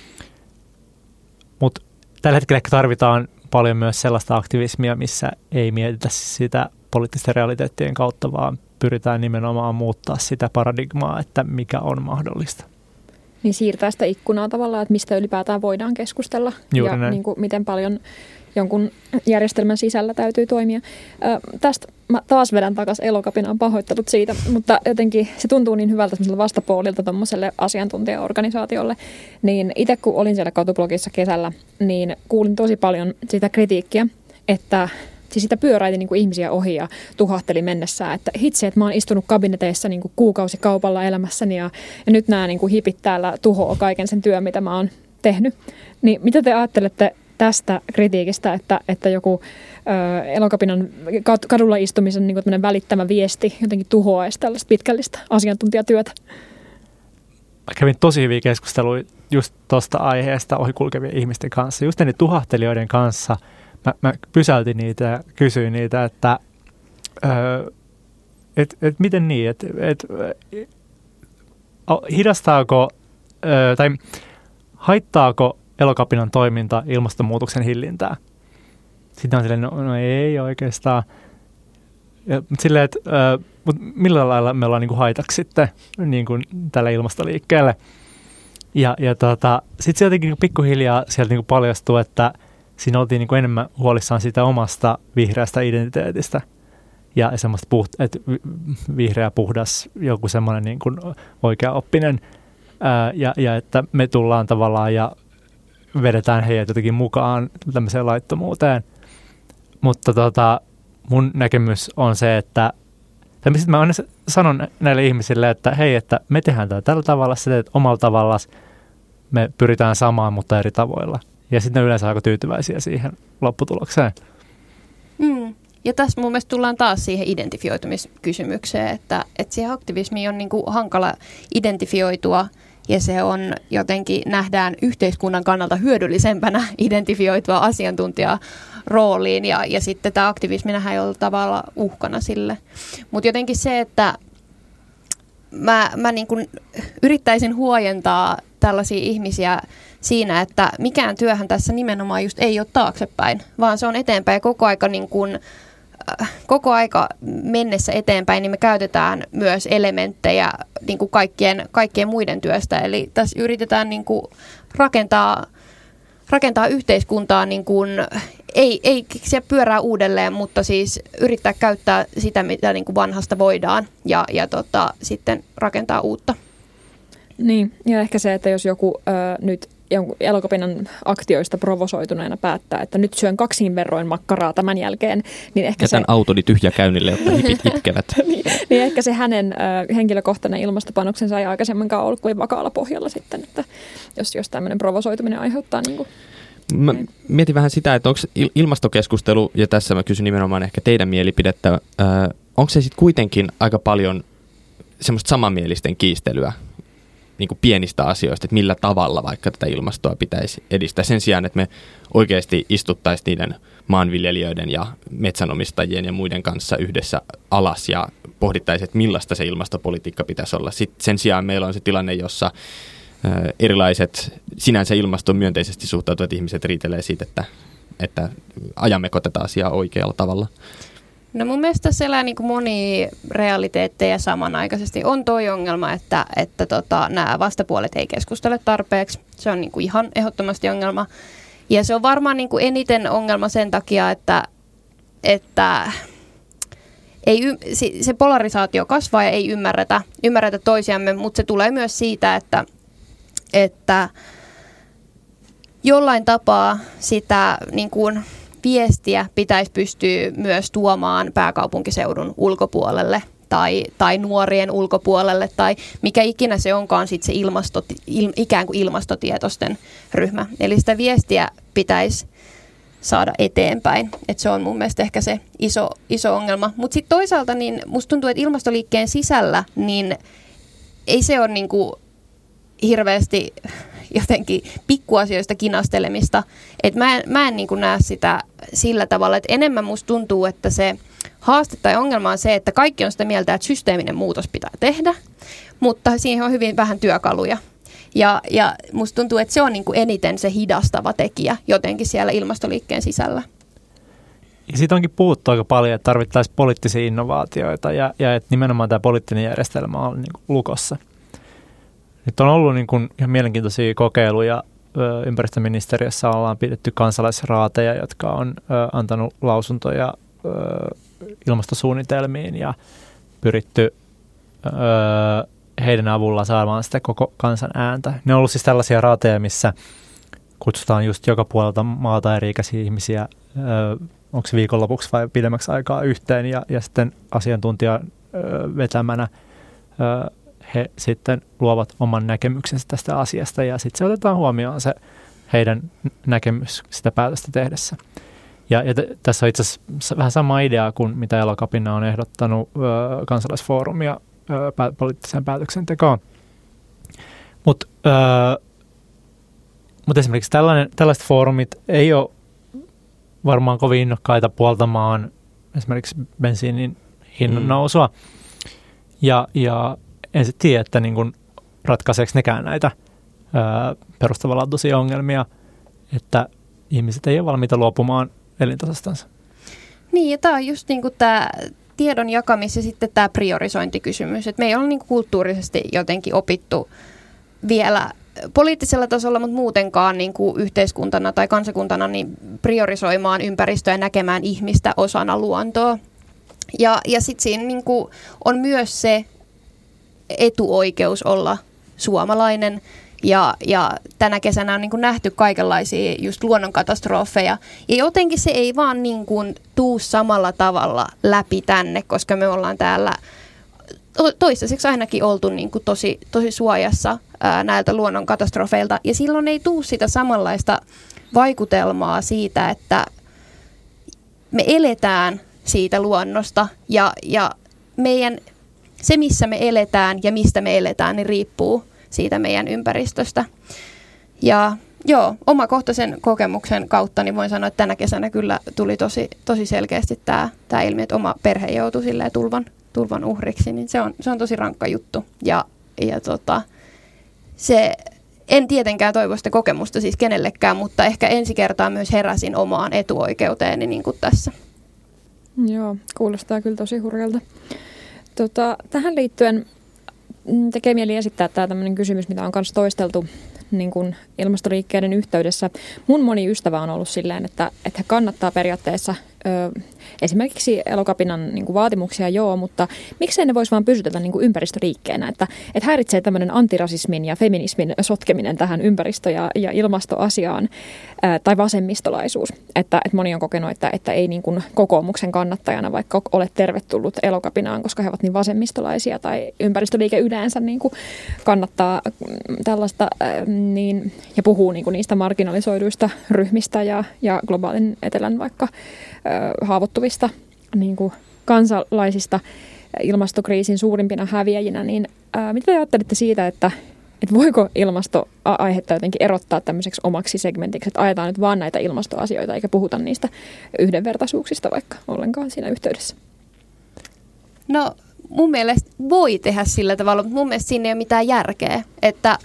Mutta tällä hetkellä tarvitaan paljon myös sellaista aktivismia, missä ei mietitä sitä poliittisten realiteettien kautta, vaan pyritään nimenomaan muuttaa sitä paradigmaa, että mikä on mahdollista. Niin siirtää sitä ikkunaa tavallaan, että mistä ylipäätään voidaan keskustella ja niin kuin miten paljon jonkun järjestelmän sisällä täytyy toimia. Tästä mä taas vedän takaisin Elokapinaan, pahoittelut siitä, mutta jotenkin se tuntuu niin hyvältä semmoiselta vastapuolilta tuommoiselle asiantuntijaorganisaatiolle. Niin itse kun olin siellä Katublogissa kesällä, niin kuulin tosi paljon sitä kritiikkiä, että siis sitä pyöräiti niin kuin ihmisiä ohi ja tuhahteli mennessään, että hitse, että mä oon istunut kabineteissa niin kuin kuukausikaupalla elämässäni ja nyt nämä niin kuin hipit täällä tuhoaa kaiken sen työn, mitä mä oon tehnyt. Niin mitä te ajattelette tästä kritiikistä, että joku Elokapinan kadulla istumisen niin kuin välittämä viesti jotenkin tuhoaisi tällaista pitkällistä asiantuntijatyötä? Mä kävin tosi hyviä keskusteluja just tuosta aiheesta ohikulkevien ihmisten kanssa, just ne tuhahtelijoiden kanssa. Mä pysäytin niitä ja kysyin niitä, että miten niin, hidastaako tai haittaako Elokapinan toiminta ilmastonmuutoksen hillintää? Sitten on silleen, no ei oikeastaan. Mutta silleen, että millä lailla me ollaan niin kuin haitaksi sitten niin kuin tälle ilmastoliikkeelle. Ja sitten se jotenkin pikkuhiljaa sieltä niin kuin paljastui, että siinä oltiin niin kuin enemmän huolissaan siitä omasta vihreästä identiteetistä. Ja semmoista että vihreä, puhdas, joku semmoinen niin kuin oikeaoppinen. Ja että me tullaan tavallaan ja vedetään heidät jotenkin mukaan tämmöiseen laittomuuteen. Mutta mun näkemys on se, että mä aina sanon näille ihmisille, että hei, että me tehdään tämä tällä tavalla, sä teet omalla tavalla, me pyritään samaan, mutta eri tavoilla. Ja sitten ne yleensä aika tyytyväisiä siihen lopputulokseen. Ja tässä mun mielestä tullaan taas siihen identifioitumiskysymykseen, että siihen aktivismiin on niin kuin hankala identifioitua ja se on jotenkin nähdään yhteiskunnan kannalta hyödyllisempänä identifioitua asiantuntijaa rooliin ja sitten tämä aktivismi nähdään jollain tavalla uhkana sille. Mutta jotenkin se, että mä niin kuin yrittäisin huojentaa tällaisia ihmisiä siinä, että mikään työhän tässä nimenomaan just ei ole taaksepäin, vaan se on eteenpäin koko aika mennessä eteenpäin, niin me käytetään myös elementtejä niin kuin kaikkien muiden työstä. Eli tässä yritetään niin kuin rakentaa yhteiskuntaa, niin kuin, ei keksiä pyörää uudelleen, mutta siis yrittää käyttää sitä, mitä niin kuin vanhasta voidaan ja sitten rakentaa uutta. Niin, ja ehkä se, että jos joku nyt jonkun Elokapinan aktioista provosoituneena päättää, että nyt syön 2 verroin makkaraa tämän jälkeen, niin ehkä jätän autoni tyhjäkäynnille, jotta hipit itkevät. niin ehkä se hänen henkilökohtainen ilmastopanoksensa ei aikaisemminkaan ollut kuin vakaalla pohjalla sitten, että jos tämmöinen provosoituminen aiheuttaa niin kuin. Mä mietin vähän sitä, että onko ilmastokeskustelu, ja tässä mä kysyn nimenomaan ehkä teidän mielipidettä, onko se sitten kuitenkin aika paljon semmoista samanmielisten kiistelyä niin kuin pienistä asioista, että millä tavalla vaikka tätä ilmastoa pitäisi edistää sen sijaan, että me oikeasti istuttaisiin niiden maanviljelijöiden ja metsänomistajien ja muiden kanssa yhdessä alas ja pohdittaisiin, että millaista se ilmastopolitiikka pitäisi olla. Sitten sen sijaan meillä on se tilanne, jossa erilaiset sinänsä ilmaston myönteisesti suhtautuvat ihmiset riitelee siitä, että ajammeko tätä asiaa oikealla tavalla. No mun mielestä tässä elää niin kuin monia realiteetteja samanaikaisesti. On toi ongelma, että nämä vastapuolet ei keskustele tarpeeksi. Se on niin kuin ihan ehdottomasti ongelma. Ja se on varmaan niin kuin eniten ongelma sen takia, että se polarisaatio kasvaa ja ei ymmärretä toisiamme, mutta se tulee myös siitä, että jollain tapaa sitä niin kuin viestiä pitäisi pystyä myös tuomaan pääkaupunkiseudun ulkopuolelle tai nuorien ulkopuolelle tai mikä ikinä se onkaan sitten se ikään kuin ilmastotietoisten ryhmä. Eli sitä viestiä pitäisi saada eteenpäin. Et se on mun mielestä ehkä se iso ongelma. Mutta sitten toisaalta niin musta tuntuu, että ilmastoliikkeen sisällä niin ei se ole niinku hirveästi jotenkin pikkuasioista kinastelemista. Että mä en niin kuin näe sitä sillä tavalla, että enemmän musta tuntuu, että se haaste tai ongelma on se, että kaikki on sitä mieltä, että systeeminen muutos pitää tehdä, mutta siihen on hyvin vähän työkaluja. Ja musta tuntuu, että se on niin kuin eniten se hidastava tekijä jotenkin siellä ilmastoliikkeen sisällä. Ja siitä onkin puhuttu aika paljon, että tarvittaisiin poliittisia innovaatioita ja että nimenomaan tämä poliittinen järjestelmä on niin kuin lukossa. Nyt on ollut niin kuin ihan mielenkiintoisia kokeiluja. Ympäristöministeriössä ollaan pidetty kansalaisraateja, jotka on antanut lausuntoja ilmastosuunnitelmiin ja pyritty heidän avulla saamaan sitä koko kansan ääntä. Ne on ollut siis tällaisia raateja, missä kutsutaan just joka puolelta maata eri-ikäisiä ihmisiä, onko se viikonlopuksi vai pidemmäksi aikaa yhteen, ja sitten asiantuntijan vetämänä he sitten luovat oman näkemyksensä tästä asiasta, ja sitten se otetaan huomioon se heidän näkemys sitä päätöstä tehdessä. Ja tässä on itse asiassa vähän sama idea kuin mitä Elokapina on ehdottanut kansalaisfoorumia poliittiseen päätöksentekoon. Mutta esimerkiksi tällaiset foorumit ei ole varmaan kovin innokkaita puoltamaan esimerkiksi bensiinin hinnan nousua. Ja en sitten tiedä, että niin kun ratkaiseeko nekään näitä perustavanlaatuisia ongelmia, että ihmiset ei ole valmiita luopumaan elintasostansa. Niin, ja tämä on just niin kuin tämä tiedon jakamis ja sitten tämä priorisointikysymys. Et me ei ole niin kuin kulttuurisesti jotenkin opittu vielä poliittisella tasolla, mutta muutenkaan niin kuin yhteiskuntana tai kansakuntana niin priorisoimaan ympäristöä ja näkemään ihmistä osana luontoa. Ja sitten siinä niin kuin on myös se etuoikeus olla suomalainen. Ja tänä kesänä on niin kuin nähty kaikenlaisia just luonnonkatastrofeja. Ja jotenkin se ei vaan niin kuin tuu samalla tavalla läpi tänne, koska me ollaan täällä toistaiseksi ainakin oltu niin kuin tosi suojassa näiltä luonnonkatastrofeilta. Ja silloin ei tuu sitä samanlaista vaikutelmaa siitä, että me eletään siitä luonnosta ja se, missä me eletään ja mistä me eletään, niin riippuu siitä meidän ympäristöstä. Ja joo, omakohtaisen kokemuksen kautta niin voin sanoa, että tänä kesänä kyllä tuli tosi selkeästi tämä ilmiö, että oma perhe joutui silleen tulvan uhriksi, niin se on tosi rankka juttu. Ja se, en tietenkään toivo sitä kokemusta siis kenellekään, mutta ehkä ensi kertaa myös heräsin omaan etuoikeuteeni niin kuin tässä. Joo, kuulostaa kyllä tosi hurjalta. Tähän liittyen tekee mieli esittää tämä tämmöinen kysymys, mitä on myös toisteltu niin kuin ilmastoliikkeiden yhteydessä. Mun moni ystävä on ollut silleen, että he kannattaa periaatteessa esimerkiksi Elokapinan niin kuin vaatimuksia, joo, mutta miksei ne voisi vaan pysytellä niin kuin ympäristöliikkeenä, että häiritsee tämmöinen antirasismin ja feminismin sotkeminen tähän ympäristö- ja ilmastoasiaan tai vasemmistolaisuus. Että moni on kokenut, että ei niin kuin kokoomuksen kannattajana vaikka ole tervetullut Elokapinaan, koska he ovat niin vasemmistolaisia tai ympäristöliike yleensä niin kuin kannattaa tällaista ja puhuu niin kuin niistä marginalisoiduista ryhmistä ja globaalin etelän vaikka haavoittuvista niin kuin kansalaisista ilmastokriisin suurimpina häviäjinä, niin mitä te ajattelitte siitä, että voiko ilmastoaihetta jotenkin erottaa tämmöiseksi omaksi segmentiksi, että ajetaan nyt vaan näitä ilmastoasioita eikä puhuta niistä yhdenvertaisuuksista vaikka ollenkaan siinä yhteydessä? No mun mielestä voi sillä tavalla, mutta mun mielestä siinä ei ole mitään järkeä, että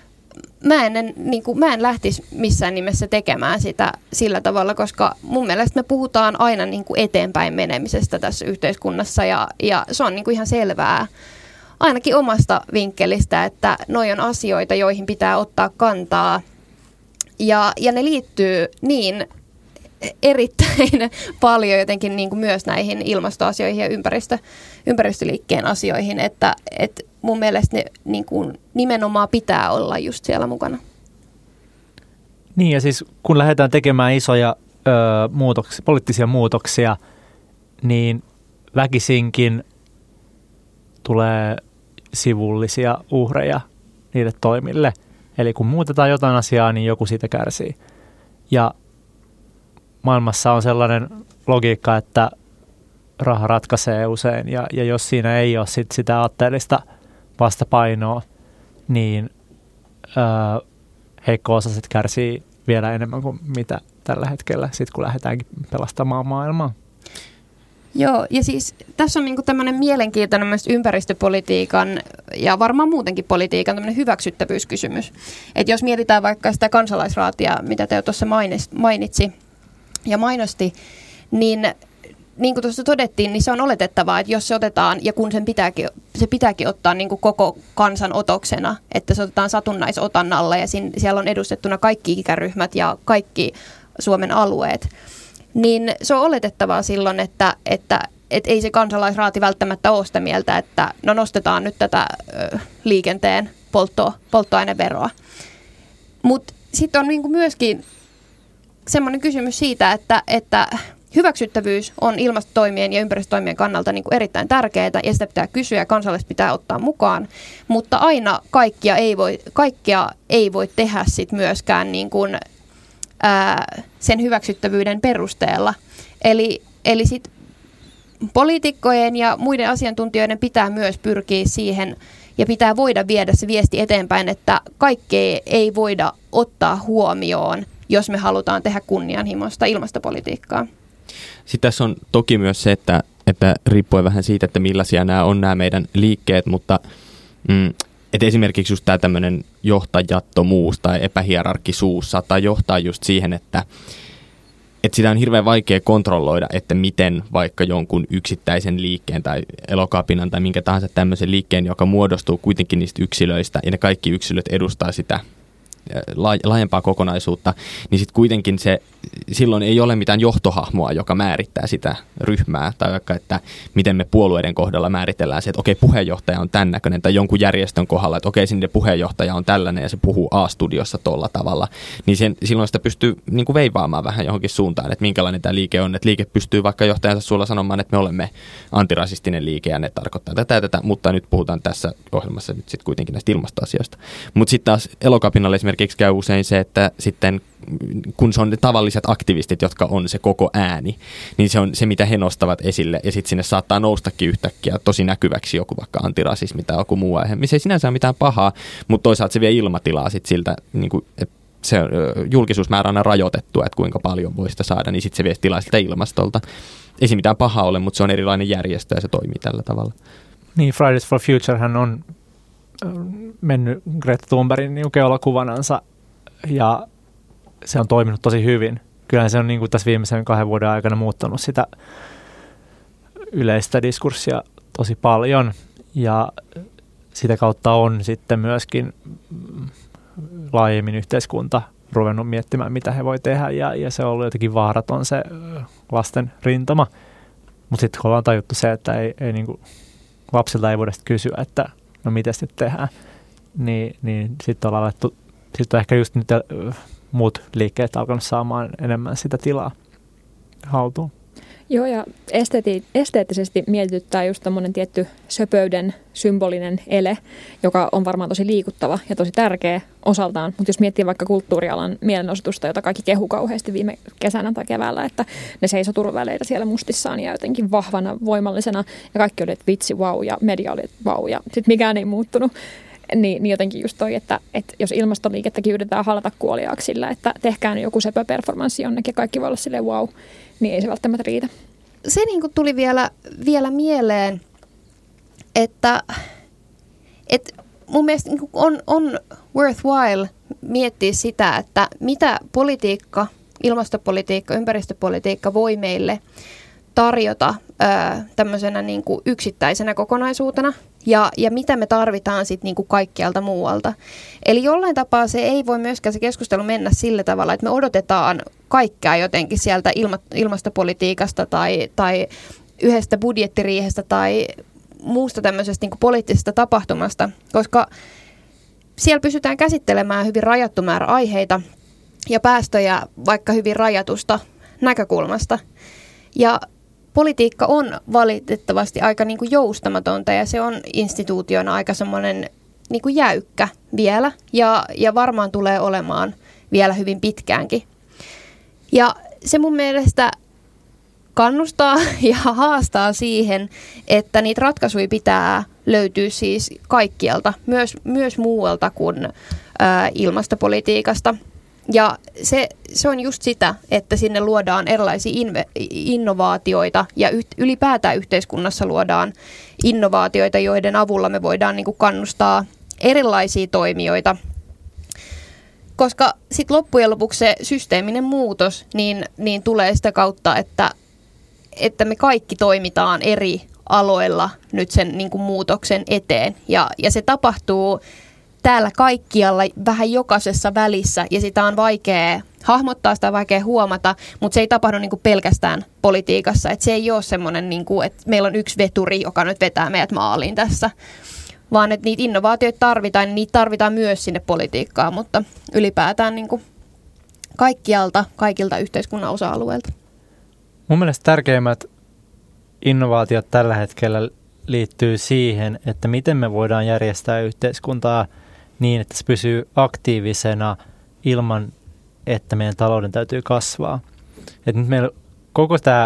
mä en lähtisi missään nimessä tekemään sitä sillä tavalla, koska mun mielestä me puhutaan aina niin kuin eteenpäin menemisestä tässä yhteiskunnassa ja se on niin kuin ihan selvää ainakin omasta vinkkelistä, että noi on asioita, joihin pitää ottaa kantaa ja ne liittyy niin erittäin paljon jotenkin niin kuin myös näihin ilmastoasioihin ja ympäristöliikkeen asioihin, että mun mielestä ne niin kuin nimenomaan pitää olla just siellä mukana. Niin ja siis kun lähdetään tekemään isoja poliittisia muutoksia, niin väkisinkin tulee sivullisia uhreja niille toimille. Eli kun muutetaan jotain asiaa, niin joku siitä kärsii. Ja maailmassa on sellainen logiikka, että raha ratkaisee usein ja jos siinä ei ole sitä aatteellista vastapainoa, niin heikko-osaiset kärsii vielä enemmän kuin mitä tällä hetkellä, sit kun lähdetäänkin pelastamaan maailmaa. Joo, ja siis tässä on niinku tämmöinen mielenkiintoinen myös ympäristöpolitiikan ja varmaan muutenkin politiikan tämmöinen hyväksyttävyyskysymys. Että jos mietitään vaikka sitä kansalaisraatia, mitä te jo tuossa mainitsi ja mainosti, niin kuin tuossa todettiin, niin se on oletettavaa, että jos se otetaan, ja kun se pitääkin ottaa niin kuin koko kansan otoksena, että se otetaan satunnaisotannalla ja siellä on edustettuna kaikki ikäryhmät ja kaikki Suomen alueet, niin se on oletettavaa silloin, että ei se kansalaisraati välttämättä ole sitä mieltä, että no nostetaan nyt tätä liikenteen polttoaineveroa. Mutta sitten on niin kuin myöskin semmoinen kysymys siitä, että hyväksyttävyys on ilmastotoimien ja ympäristötoimien kannalta niin kuin erittäin tärkeää ja sitä pitää kysyä ja kansalaiset pitää ottaa mukaan, mutta aina kaikkia ei voi tehdä sit myöskään niin kuin, sen hyväksyttävyyden perusteella. Eli sit poliitikkojen ja muiden asiantuntijoiden pitää myös pyrkiä siihen ja pitää voida viedä se viesti eteenpäin, että kaikkea ei voida ottaa huomioon, jos me halutaan tehdä kunnianhimoista ilmastopolitiikkaa. Sitten tässä on toki myös se, että riippuen vähän siitä, että millaisia nämä meidän liikkeet, mutta että esimerkiksi just tämä tämmöinen johtajattomuus tai epähierarkkisuus saattaa johtaa just siihen, että sitä on hirveän vaikea kontrolloida, että miten vaikka jonkun yksittäisen liikkeen tai Elokapinan tai minkä tahansa tämmöisen liikkeen, joka muodostuu kuitenkin niistä yksilöistä ja ne kaikki yksilöt edustaa sitä laajempaa kokonaisuutta, niin sitten kuitenkin silloin ei ole mitään johtohahmoa, joka määrittää sitä ryhmää, tai vaikka, että miten me puolueiden kohdalla määritellään se, että okei, puheenjohtaja on tämän näköinen, tai jonkun järjestön kohdalla, että okei, sinne puheenjohtaja on tällainen, ja se puhuu A-studiossa tolla tavalla, niin silloin sitä pystyy niin kuin veivaamaan vähän johonkin suuntaan, että minkälainen tämä liike on, että liike pystyy vaikka johtajansa sulla sanomaan, että me olemme antirasistinen liike, ja ne tarkoittaa tätä, mutta nyt puhutaan tässä ohjelmassa nyt sitten kuitenkin näistä ilmastoasioista. Mutta sitten taas Elokapinalle esimerkiksi käy usein se, että sitten kun se on ne tavalliset aktivistit, jotka on se koko ääni, niin se on se, mitä he nostavat esille, ja sitten sinne saattaa noustakin yhtäkkiä tosi näkyväksi joku vaikka antirasismi tai joku muu aihe, missä ei sinänsä ole mitään pahaa, mutta toisaalta se vie ilmatilaa sitten siltä, niin kuin, että se julkisuusmäärä on rajoitettua, että kuinka paljon voi sitä saada, niin sitten se vie tilaa siltä ilmastolta. Ei se mitään pahaa ole, mutta se on erilainen järjestö ja se toimii tällä tavalla. Niin, Fridays for Futurehän on mennyt Greta Thunbergin niin keulakuvanansa ja se on toiminut tosi hyvin. Kyllähän se on niin kuin tässä viimeisen 2 vuoden aikana muuttanut sitä yleistä diskurssia tosi paljon ja sitä kautta on sitten myöskin laajemmin yhteiskunta ruvennut miettimään, mitä he voi tehdä ja se on ollut jotenkin vaaraton se lasten rintama. Mutta sitten kun ollaan tajuttu se, että ei niin kuin, lapsilta ei voida kysyä, että no miten nyt tehdään, niin sitten ollaan alettu, sitten on ehkä just nyt muut liikkeet alkanut saamaan enemmän sitä tilaa haltuun. Joo, ja esteettisesti mietityttää just tämmöinen tietty söpöyden symbolinen ele, joka on varmaan tosi liikuttava ja tosi tärkeä osaltaan. Mutta jos miettii vaikka kulttuurialan mielenosoitusta, jota kaikki kehu kauheasti viime kesänä tai keväällä, että ne seisoi turvaväleitä siellä mustissaan ja jotenkin vahvana, voimallisena. Ja kaikki oli, että vitsi, vau, ja media oli, että vau, ja sitten mikään ei muuttunut. Niin jotenkin just toi, että jos ilmastoliikettäkin yritetään halata kuoliaaksi sillä, että tehkää joku sepä-performanssi jonnekin ja kaikki voi olla silleen wow, niin ei se välttämättä riitä. Se niin kuin tuli vielä mieleen, että mun mielestä niin kuin on worthwhile miettiä sitä, että mitä politiikka, ilmastopolitiikka, ympäristöpolitiikka voi meille tarjota tämmöisenä niin kuin yksittäisenä kokonaisuutena ja mitä me tarvitaan sitten niin kuin kaikkialta muualta. Eli jollain tapaa se ei voi myöskään se keskustelu mennä sillä tavalla, että me odotetaan kaikkea jotenkin sieltä ilmastopolitiikasta tai yhdestä budjettiriihestä tai muusta tämmöisestä niin kuin poliittisesta tapahtumasta, koska siellä pystytään käsittelemään hyvin rajattu määrä aiheita ja päästöjä vaikka hyvin rajatusta näkökulmasta. Ja politiikka on valitettavasti aika niin kuin joustamatonta ja se on instituutiona aika semmoinen niin kuin jäykkä vielä ja varmaan tulee olemaan vielä hyvin pitkäänkin. Ja se mun mielestä kannustaa ja haastaa siihen, että niitä ratkaisuja pitää löytyä siis kaikkialta, myös muualta kuin ilmastopolitiikasta. Ja se on just sitä, että sinne luodaan erilaisia innovaatioita ja ylipäätään yhteiskunnassa luodaan innovaatioita, joiden avulla me voidaan niin kuin kannustaa erilaisia toimijoita. Koska sitten loppujen lopuksi se systeeminen muutos niin tulee sitä kautta, että me kaikki toimitaan eri aloilla nyt sen niin kuin muutoksen eteen. Ja se tapahtuu täällä kaikkialla vähän jokaisessa välissä ja sitä on vaikea hahmottaa, sitä on vaikea huomata, mutta se ei tapahdu niin kuin pelkästään politiikassa. Et se ei ole semmoinen, niin kuin, että meillä on yksi veturi, joka nyt vetää meidät maaliin tässä, vaan että niitä innovaatioita tarvitaan, niin niitä tarvitaan myös sinne politiikkaan, mutta ylipäätään niin kuin kaikilta yhteiskunnan osa-alueilta. Mun mielestä tärkeimmät innovaatiot tällä hetkellä liittyy siihen, että miten me voidaan järjestää yhteiskuntaa niin, että se pysyy aktiivisena ilman, että meidän talouden täytyy kasvaa. Et nyt meillä koko tämä,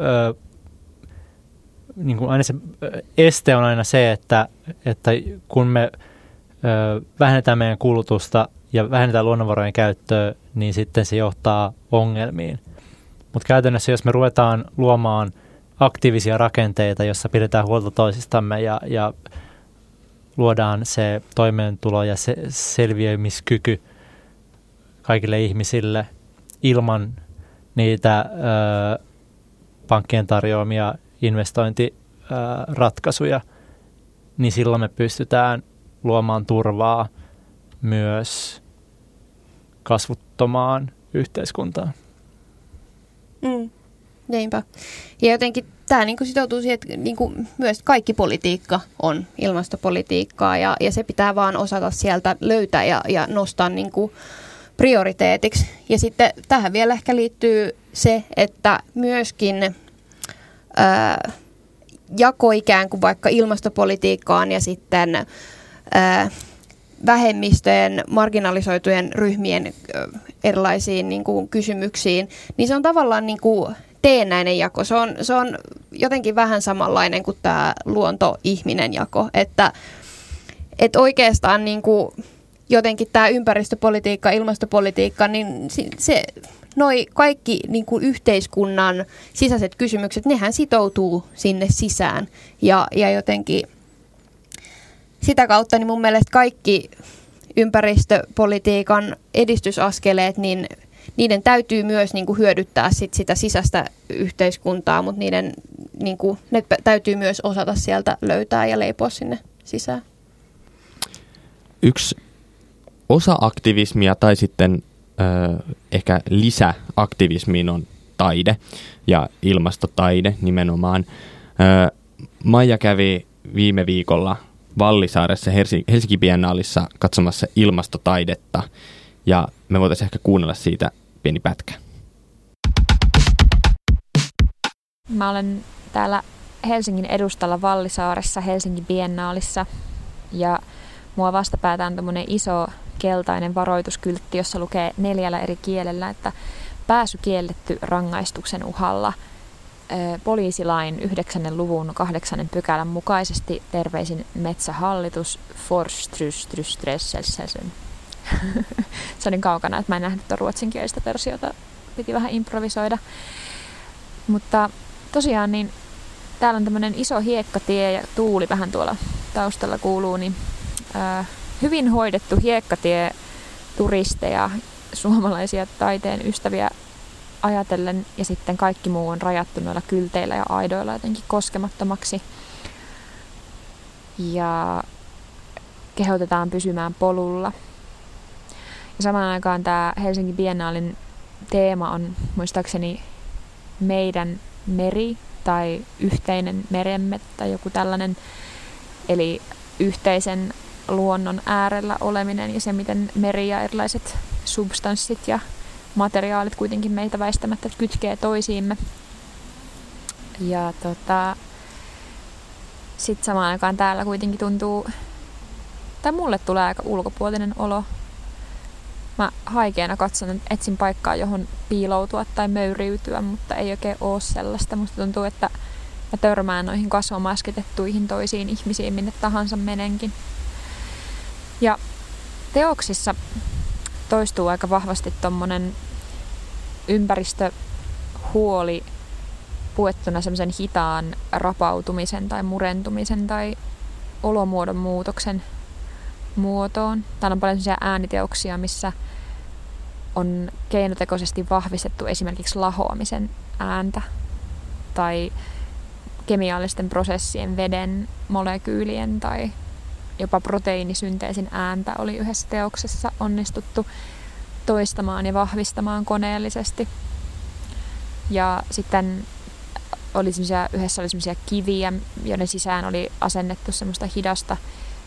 niin kuin aina se este on aina se, että kun me vähennetään meidän kulutusta ja vähennetään luonnonvarojen käyttöä, niin sitten se johtaa ongelmiin. Mutta käytännössä, jos me ruvetaan luomaan aktiivisia rakenteita, jossa pidetään huolta toisistamme ja luodaan se toimeentulo ja se selviämiskyky kaikille ihmisille ilman niitä pankkien tarjoamia investointiratkaisuja, niin silloin me pystytään luomaan turvaa myös kasvuttomaan yhteiskuntaan. Niinpä. Ja jotenkin tämä niin kuin sitoutuu siihen, että niin kuin myös kaikki politiikka on ilmastopolitiikkaa ja se pitää vaan osata sieltä löytää ja nostaa niin kuin prioriteetiksi. Ja sitten tähän vielä ehkä liittyy se, että myöskin jako ikään kuin vaikka ilmastopolitiikkaan ja sitten vähemmistöjen, marginalisoitujen ryhmien erilaisiin niin kuin kysymyksiin, niin se on tavallaan niin kuin teennäinen jako. Se on jotenkin vähän samanlainen kuin tämä luonto-ihminen jako, että oikeastaan niin kuin jotenkin tämä ympäristöpolitiikka, ilmastopolitiikka, niin se noi kaikki niin kuin yhteiskunnan sisäiset kysymykset, nehän sitoutuu sinne sisään ja jotenkin sitä kautta niin mun mielestä kaikki ympäristöpolitiikan edistysaskeleet, niin niiden täytyy myös niin kuin hyödyttää sitä sisäistä yhteiskuntaa, mutta niiden niin kuin, ne täytyy myös osata sieltä löytää ja leipoa sinne sisään. Yksi osa aktivismia tai sitten ehkä lisäaktivismiin on taide ja ilmastotaide nimenomaan. Maija kävi viime viikolla Vallisaaressa Helsinki Biennaalissa katsomassa ilmastotaidetta ja me voitaisiin ehkä kuunnella siitä pieni pätkä. Mä olen täällä Helsingin edustalla Vallisaaressa Helsinki Biennaalissa ja mua vastapäätä on tommonen iso keltainen varoituskyltti, jossa lukee 4 eri kielellä, että pääsy kielletty rangaistuksen uhalla. Poliisilain 9. luvun 8. pykälän mukaisesti terveisin Metsähallitus Forstrystrystresselsen. Se oli kaukana, että mä en nähnyt tuon ruotsinkielistä versiota, piti vähän improvisoida. Mutta tosiaan niin täällä on tämmöinen iso hiekkatie ja tuuli vähän tuolla taustalla kuuluu, niin hyvin hoidettu hiekkatie turisteja, suomalaisia taiteen ystäviä ajatellen ja sitten kaikki muu on rajattu noilla kylteillä ja aidoilla jotenkin koskemattomaksi. Ja kehotetaan pysymään polulla. Ja samaan aikaan tämä Helsinki Biennaalin teema on muistaakseni meidän meri tai yhteinen meremme tai joku tällainen. Eli yhteisen luonnon äärellä oleminen ja se, miten meri ja erilaiset substanssit ja materiaalit kuitenkin meitä väistämättä kytkee toisiimme. Ja sitten samaan aikaan täällä kuitenkin tuntuu, tai mulle tulee aika ulkopuolinen olo. Mä haikeana katson, että etsin paikkaa, johon piiloutua tai möyriytyä, mutta ei oikein ole sellaista. Musta tuntuu, että mä törmään noihin kasvomasketettuihin toisiin ihmisiin, minne tahansa menenkin. Ja teoksissa toistuu aika vahvasti tommonen ympäristöhuoli puettuna semmoisen hitaan rapautumisen tai murentumisen tai olomuodon muutoksen muotoon. Täällä on paljon sellaisia ääniteoksia, missä on keinotekoisesti vahvistettu esimerkiksi lahoamisen ääntä tai kemiallisten prosessien, veden, molekyylien tai jopa proteiinisynteesin ääntä oli yhdessä teoksessa onnistuttu toistamaan ja vahvistamaan koneellisesti. Ja sitten yhdessä oli semmoisia kiviä, joiden sisään oli asennettu semmoista hidasta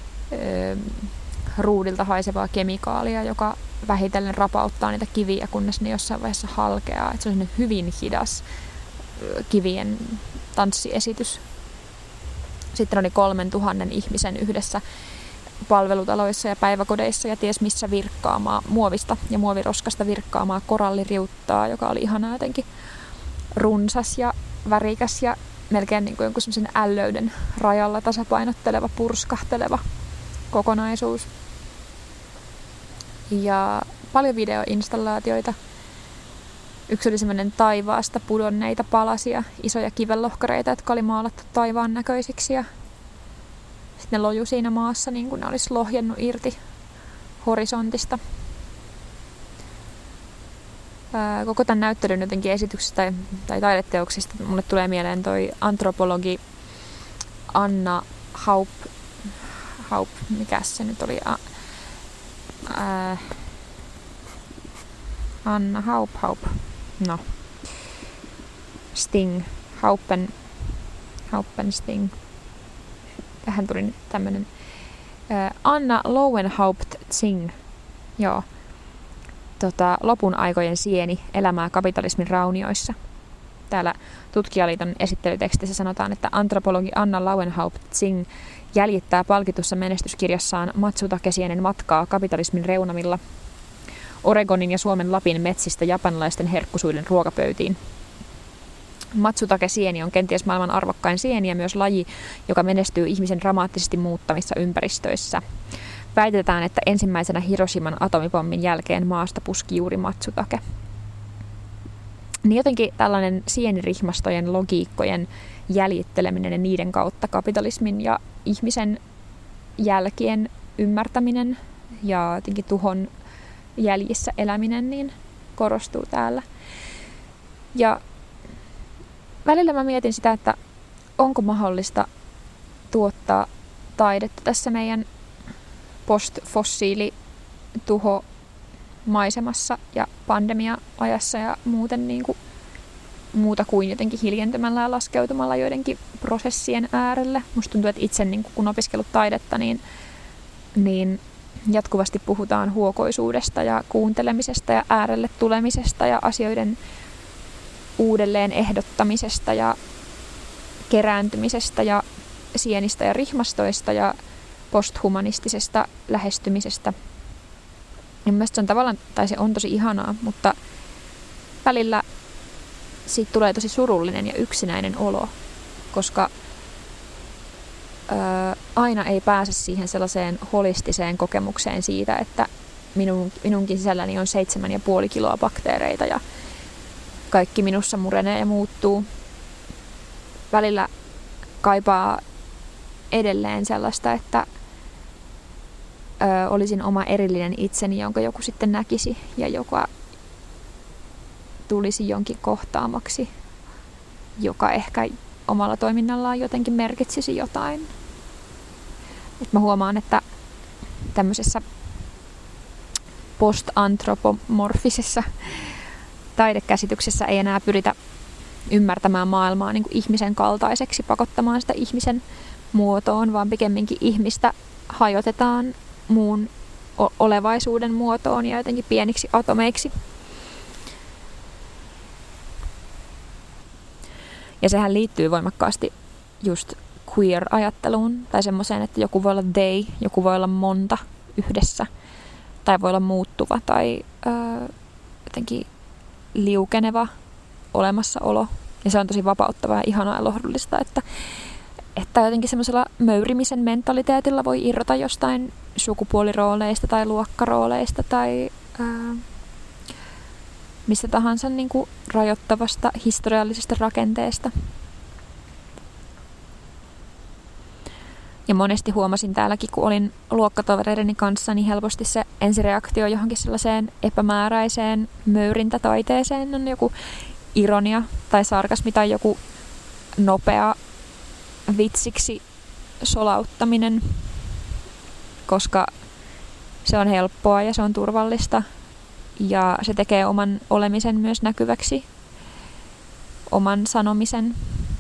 ruudilta haisevaa kemikaalia, joka vähitellen rapauttaa niitä kiviä, kunnes ne jossain vaiheessa halkeaa. Et se on hyvin hidas kivien tanssiesitys. Sitten oli 3000 ihmisen yhdessä palvelutaloissa ja päiväkodeissa ja ties missä virkkaamaa muovista ja muoviroskasta virkkaamaa koralliriuttaa, joka oli ihanaa jotenkin runsas ja värikäs ja melkein niin kuin jonkun semmoisen ällöyden rajalla tasapainotteleva, purskahteleva kokonaisuus. Ja paljon videoinstallaatioita. Yksi oli semmoinen taivaasta pudonneita palasia, isoja kivenlohkareita, jotka oli maalattu taivaan näköisiksi. Ja sitten ne loju siinä maassa niin kuin ne olisi lohjennut irti horisontista. Koko tämän näyttelyn jotenkin esityksestä tai taideteoksista mulle tulee mieleen toi antropologi Anna Haup, mikä se nyt oli? Anna Haup. No. Sting. Haupen Sting. Tähän tuli nyt tämmönen Anna Lowenhaupt-Zing. Joo. Lopun aikojen sieni, elämää kapitalismin raunioissa. Täällä Tutkijaliiton esittelytekstissä sanotaan, että antropologi Anna Lowenhaupt-Zing jäljittää palkitussa menestyskirjassaan Matsutake-sienen matkaa kapitalismin reunamilla Oregonin ja Suomen Lapin metsistä japanilaisten herkkusuiden ruokapöytiin. Matsutake-sieni on kenties maailman arvokkain sieni ja myös laji, joka menestyy ihmisen dramaattisesti muuttamissa ympäristöissä. Väitetään, että ensimmäisenä Hiroshiman atomipommin jälkeen maasta puski juuri Matsutake. Niin jotenkin tällainen sienirihmastojen logiikkojen jäljitteleminen ja niiden kautta kapitalismin ja ihmisen jälkien ymmärtäminen ja jotenkin tuhon jäljissä eläminen niin korostuu täällä. Ja välillä mä mietin sitä, että onko mahdollista tuottaa taidetta tässä meidän post-fossiili-tuho maisemassa ja pandemia-ajassa ja muuten niin kuin muuta kuin jotenkin hiljentämällä ja laskeutumalla joidenkin prosessien äärelle. Musta tuntuu, että itse niin kun opiskellut taidetta, niin jatkuvasti puhutaan huokoisuudesta ja kuuntelemisesta ja äärelle tulemisesta ja asioiden uudelleen ehdottamisesta ja kerääntymisestä ja sienistä ja rihmastoista ja posthumanistisesta lähestymisestä. Ja mielestäni se on tavallaan, tai se on tosi ihanaa, mutta välillä siitä tulee tosi surullinen ja yksinäinen olo, koska aina ei pääse siihen sellaiseen holistiseen kokemukseen siitä, että minunkin sisälläni on 7,5 kiloa bakteereita ja kaikki minussa murenee ja muuttuu. Välillä kaipaa edelleen sellaista, että olisin oma erillinen itseni, jonka joku sitten näkisi ja joka tulisi jonkin kohtaamaksi, joka ehkä omalla toiminnallaan jotenkin merkitsisi jotain. Et mä huomaan, että tämmöisessä post-antropomorfisessa taidekäsityksessä ei enää pyritä ymmärtämään maailmaa niin kuin ihmisen kaltaiseksi, pakottamaan sitä ihmisen muotoon, vaan pikemminkin ihmistä hajotetaan muun olevaisuuden muotoon ja jotenkin pieniksi atomeiksi. Ja sehän liittyy voimakkaasti just queer-ajatteluun tai semmoiseen, että joku voi olla they, joku voi olla monta yhdessä tai voi olla muuttuva tai jotenkin liukeneva olemassaolo. Ja se on tosi vapauttavaa ja ihanaa ja lohdullista, että jotenkin semmoisella möyrimisen mentaliteetilla voi irrota jostain sukupuolirooleista tai luokkarooleista tai mistä tahansa niin kuin rajoittavasta historiallisesta rakenteesta. Ja monesti huomasin täälläkin, kun olin luokkatovereideni kanssa, niin helposti se ensireaktio johonkin sellaiseen epämääräiseen möyrintätaiteeseen on joku ironia tai sarkasmi tai joku nopea vitsiksi solauttaminen, koska se on helppoa ja se on turvallista ja se tekee oman olemisen myös näkyväksi, oman sanomisen.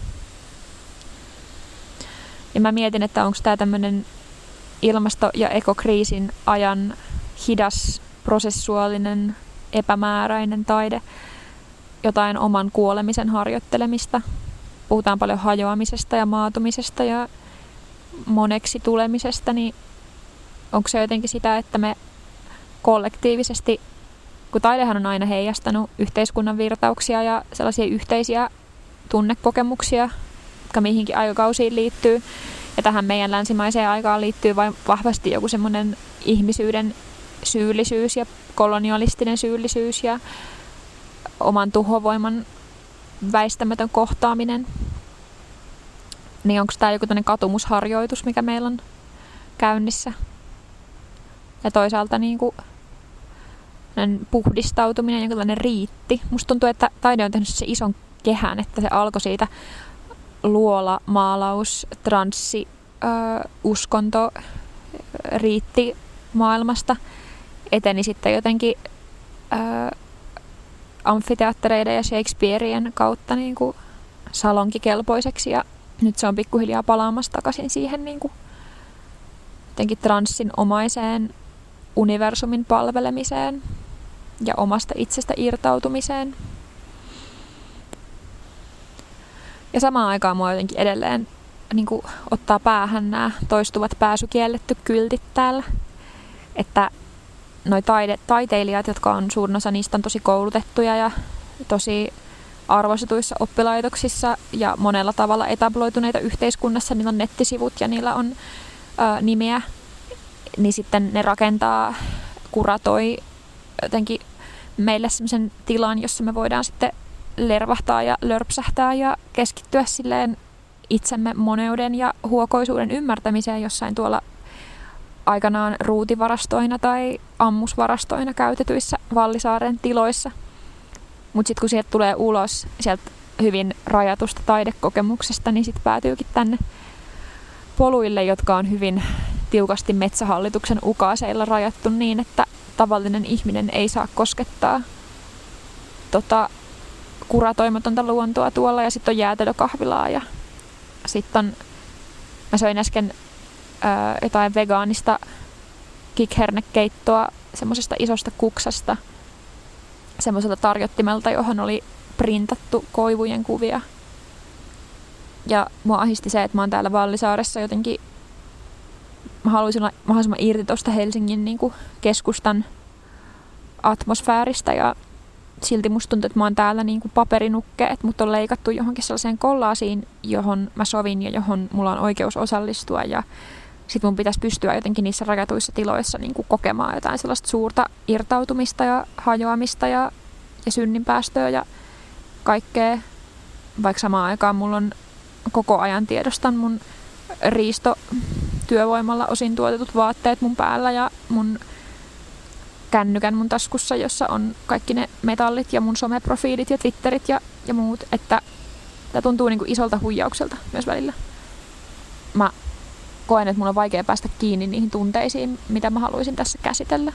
Ja mä mietin, että onko tämä tämmöinen ilmasto- ja ekokriisin ajan hidas, prosessuaalinen, epämääräinen taide jotain oman kuolemisen harjoittelemista. Puhutaan paljon hajoamisesta ja maatumisesta ja moneksi tulemisesta, niin onko se jotenkin sitä, että me kollektiivisesti, kun taidehan on aina heijastanut yhteiskunnan virtauksia ja sellaisia yhteisiä tunnekokemuksia, jotka mihinkin aikakausiin liittyy, ja tähän meidän länsimaiseen aikaan liittyy vain vahvasti joku semmoinen ihmisyyden syyllisyys ja kolonialistinen syyllisyys ja oman tuhovoiman väistämätön kohtaaminen. Niin onko tämä joku tämmöinen katumusharjoitus, mikä meillä on käynnissä? Ja toisaalta niin kuin puhdistautuminen, joku tämmöinen riitti. Musta tuntuu, että taide on tehnyt se ison kehän, että se alkoi siitä luola, maalaus, transsi, uskonto, riitti maailmasta. Eteni sitten jotenkin amfiteattereiden ja Shakespearean kautta niin kuin salonkikelpoiseksi ja nyt se on pikkuhiljaa palaamassa takaisin siihen niin kuin jotenkin transsin omaiseen universumin palvelemiseen ja omasta itsestä irtautumiseen. Ja samaan aikaan mua jotenkin edelleen niin kuin ottaa päähän nämä toistuvat pääsykielletty kyltit täällä, että noi taiteilijat, jotka on suurin osa niistä on tosi koulutettuja ja tosi arvostetuissa oppilaitoksissa ja monella tavalla etabloituneita yhteiskunnassa, niillä on nettisivut ja niillä on nimiä, niin sitten ne rakentaa, kuratoi jotenkin meille sellaisen tilan, jossa me voidaan sitten lervahtaa ja lörpsähtää ja keskittyä silleen itsemme moneuden ja huokoisuuden ymmärtämiseen jossain tuolla aikanaan ruutivarastoina tai ammusvarastoina käytetyissä Vallisaaren tiloissa. Mutta sitten kun sieltä tulee ulos sieltä hyvin rajatusta taidekokemuksesta, niin sitten päätyykin tänne poluille, jotka on hyvin tiukasti Metsähallituksen ukaaseilla rajattu niin, että tavallinen ihminen ei saa koskettaa kuratoimatonta luontoa tuolla. Ja sitten on jäätelökahvilaa ja sitten on, mä söin äsken jotain vegaanista kikhernekeittoa semmoisesta isosta kuksasta, semmoiselta tarjottimelta, johon oli printattu koivujen kuvia. Ja mua ahisti se, että mä oon täällä Vallisaaressa jotenkin, mä haluaisin olla mahdollisimman irti tuosta Helsingin niin kuin keskustan atmosfääristä ja silti musta tuntuu, että mä oon täällä niin kuin paperinukke, että mut on leikattu johonkin sellaiseen kollaasiin, johon mä sovin ja johon mulla on oikeus osallistua ja sit mun pitäisi pystyä jotenkin niissä rajatuissa tiloissa niin kuin kokemaan jotain sellaista suurta irtautumista ja hajoamista ja synninpäästöä ja kaikkea, vaikka samaan aikaan mulla on koko ajan tiedostan mun riistotyövoimalla osin tuotetut vaatteet mun päällä ja mun kännykän mun taskussa, jossa on kaikki ne metallit ja mun someprofiilit ja Twitterit ja muut, että tämä tuntuu niin kuin isolta huijaukselta myös välillä. Mä koen, että mun on vaikea päästä kiinni niihin tunteisiin, mitä mä haluaisin tässä käsitellä.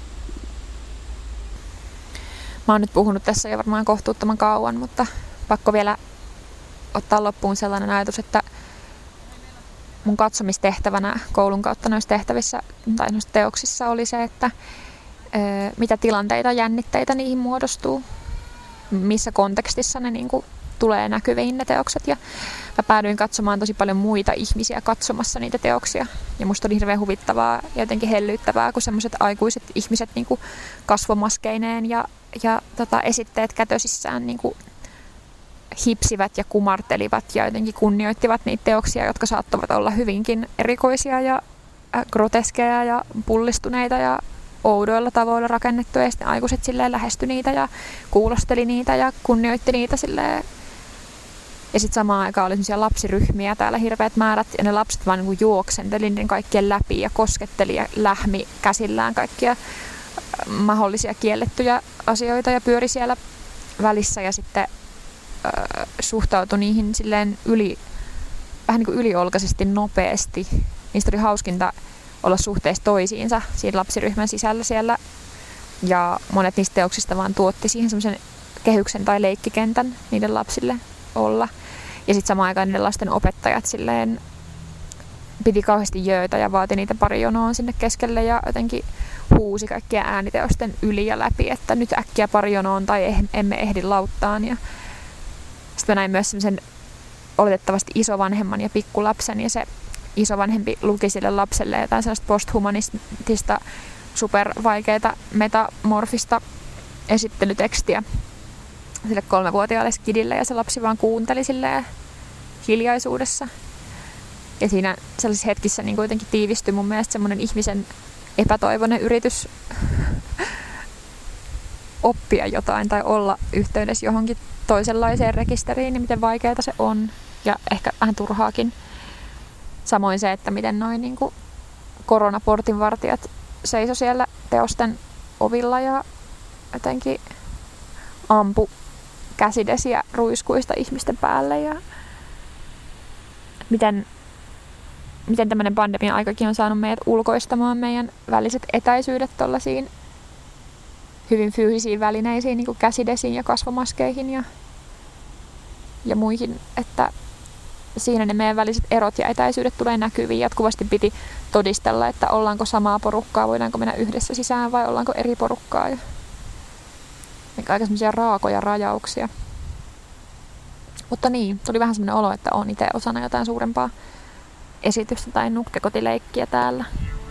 Mä oon nyt puhunut tässä jo varmaan kohtuuttoman kauan, mutta pakko vielä ottaa loppuun sellainen ajatus, että mun katsomistehtävänä koulun kautta noissa tehtävissä tai noissa teoksissa oli se, että mitä tilanteita, jännitteitä niihin muodostuu, missä kontekstissa ne niin kuin tulee näkyviin ne teokset. Ja mä päädyin katsomaan tosi paljon muita ihmisiä katsomassa niitä teoksia. Ja musta oli hirveän huvittavaa ja jotenkin hellyyttävää, kun semmoiset aikuiset ihmiset niin kuin kasvomaskeineen ja esitteet kätösissään niin kuin hipsivät ja kumartelivat ja jotenkin kunnioittivat niitä teoksia, jotka saattavat olla hyvinkin erikoisia ja groteskeja ja pullistuneita ja oudoilla tavoilla rakennettuja. Ja sitten aikuiset silleen lähestyi niitä ja kuulosteli niitä ja kunnioitti niitä silleen. Ja sitten samaan aikaan oli sellaisia lapsiryhmiä täällä hirveät määrät, ja ne lapset vaan niin juoksenteli niiden kaikkien läpi ja kosketteli ja lähmi käsillään kaikkia mahdollisia kiellettyjä asioita ja pyöri siellä välissä ja sitten suhtautui niihin silleen vähän niin kuin yliolkaisesti nopeasti. Niistä oli hauskinta olla suhteessa toisiinsa siinä lapsiryhmän sisällä siellä. Ja monet niistä teoksista vaan tuotti siihen semmoisen kehyksen tai leikkikentän niiden lapsille olla. Ja sitten samaan aikaan niiden lasten opettajat silleen piti kauheasti jöötä ja vaati niitä pari jonoon sinne keskelle ja jotenkin huusi kaikkia ääniteosten yli ja läpi, että nyt äkkiä pari jonoon tai emme ehdi lauttaan. Ja sitten mä näin myös semmoisen oletettavasti isovanhemman ja pikkulapsen, ja se isovanhempi luki sille lapselle jotain sellaista posthumanistista supervaikeita metamorfista esittelytekstiä sille 3-vuotiaalle skidille, ja se lapsi vaan kuunteli silleen hiljaisuudessa. Ja siinä sellaisissa hetkissä niin kuitenkin tiivistyi mun mielestä semmoinen ihmisen epätoivoinen yritys oppia jotain tai olla yhteydessä johonkin toisenlaiseen rekisteriin, niin miten vaikeaa se on ja ehkä vähän turhaakin. Samoin se, että miten noin niin kuin koronaportinvartijat seisoi siellä teosten ovilla ja jotenkin ampu käsidesiä ruiskuista ihmisten päälle ja miten tämmöinen pandemian aikakin on saanut meidät ulkoistamaan meidän väliset etäisyydet tollaisiin hyvin fyysisiin välineisiin, niin kuin käsidesiin ja kasvomaskeihin ja muihin, että siinä ne meidän väliset erot ja etäisyydet tulee näkyviin. Jatkuvasti piti todistella, että ollaanko samaa porukkaa, voidaanko mennä yhdessä sisään vai ollaanko eri porukkaa. Ja aika semmoisia raakoja rajauksia. Mutta niin, tuli vähän semmoinen olo, että on itse osana jotain suurempaa esitystä tai nukkekotileikkiä täällä.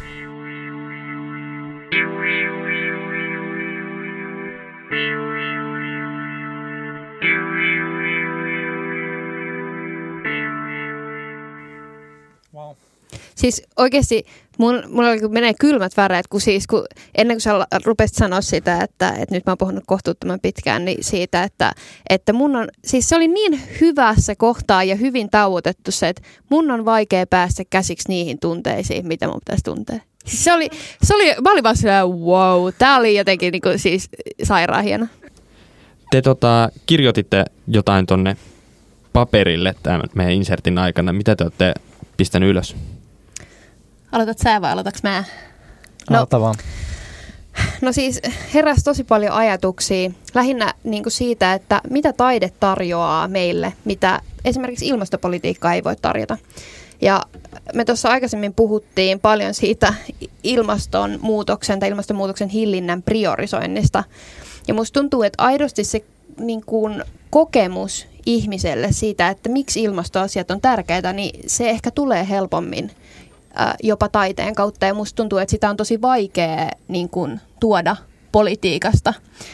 Wow. Siis oikeasti mulla menee kylmät väreet, kun ennen kuin sä rupesit sanoa sitä, että nyt mä oon puhunut kohtuuttoman pitkään, niin siitä, että mun on, siis se oli niin hyvässä kohtaa ja hyvin tauotettu se, että mun on vaikea päästä käsiksi niihin tunteisiin, mitä mun pitäisi tuntea. Siis mä olin vaan silleen, wow, tää oli jotenkin niin kuin, siis sairaan hieno. Te kirjoititte jotain tonne paperille tämän meidän insertin aikana. Mitä te olette pistänyt ylös? Aloitat sä vai aloitaks mä? Aloita vaan. No siis heräsi tosi paljon ajatuksia lähinnä niin kuin siitä, että mitä taide tarjoaa meille, mitä esimerkiksi ilmastopolitiikka ei voi tarjota. Ja me tuossa aikaisemmin puhuttiin paljon siitä ilmastonmuutoksen hillinnän priorisoinnista. Ja musta tuntuu, että aidosti se niin kuin kokemus ihmiselle siitä, että miksi ilmastoasiat on tärkeitä, niin se ehkä tulee helpommin jopa taiteen kautta. Ja musta tuntuu, että sitä on tosi vaikea niin kuin tuoda politiikasta.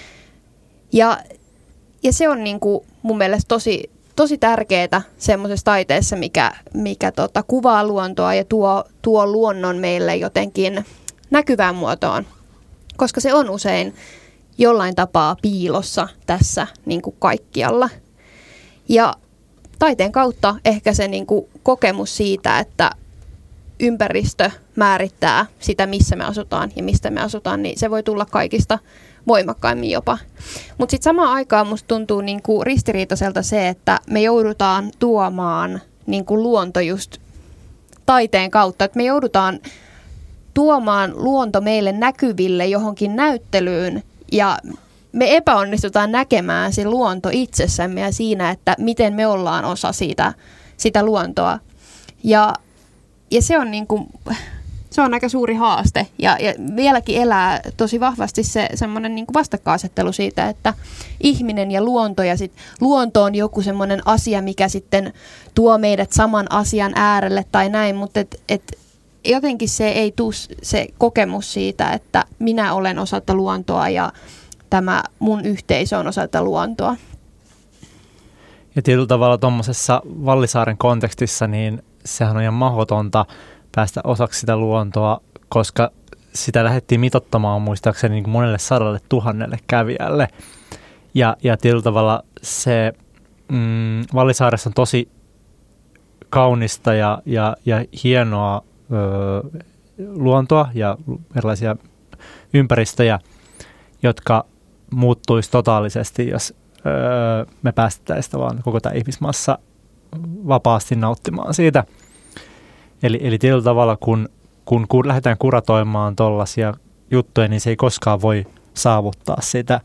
Ja se on niin kuin mun mielestä tosi tärkeää semmoisessa taiteessa, mikä kuvaa luontoa ja tuo luonnon meille jotenkin näkyvään muotoon. Koska se on usein jollain tapaa piilossa tässä niin kuin kaikkialla. Ja taiteen kautta ehkä se niin kuin kokemus siitä, että ympäristö määrittää sitä, missä me asutaan ja mistä me asutaan, niin se voi tulla kaikista voimakkaimmin jopa. Mutta sitten samaan aikaan musta tuntuu niin kuin ristiriitaiselta se, että me joudutaan tuomaan niin kuin luonto just taiteen kautta. Että me joudutaan tuomaan luonto meille näkyville johonkin näyttelyyn ja me epäonnistutaan näkemään se luonto itsessämme ja siinä, että miten me ollaan osa sitä luontoa. Ja se on niin kuin, se on aika suuri haaste ja vieläkin elää tosi vahvasti se semmoinen niin kuin vastakkainasettelu siitä, että ihminen ja luonto ja sit luonto on joku semmoinen asia, mikä sitten tuo meidät saman asian äärelle tai näin, mutta jotenkin se ei tule se kokemus siitä, että minä olen osa tätä luontoa ja tämä mun yhteisö on osa tätä luontoa. Ja tietyllä tavalla tuommoisessa Vallisaaren kontekstissa, niin sehän on ihan mahdotonta päästä osaksi sitä luontoa, koska sitä lähdettiin mitottamaan muistaakseni niin kuin monelle 100 000 kävijälle. Ja tietyllä tavalla se Vallisaaressa on tosi kaunista ja hienoa luontoa ja erilaisia ympäristöjä, jotka muuttuisi totaalisesti, jos me päästettäisiin vaan koko tämä ihmismassa vapaasti nauttimaan siitä. Eli tietyllä tavalla, kun lähdetään kuratoimaan tuollaisia juttuja, niin se ei koskaan voi saavuttaa sitä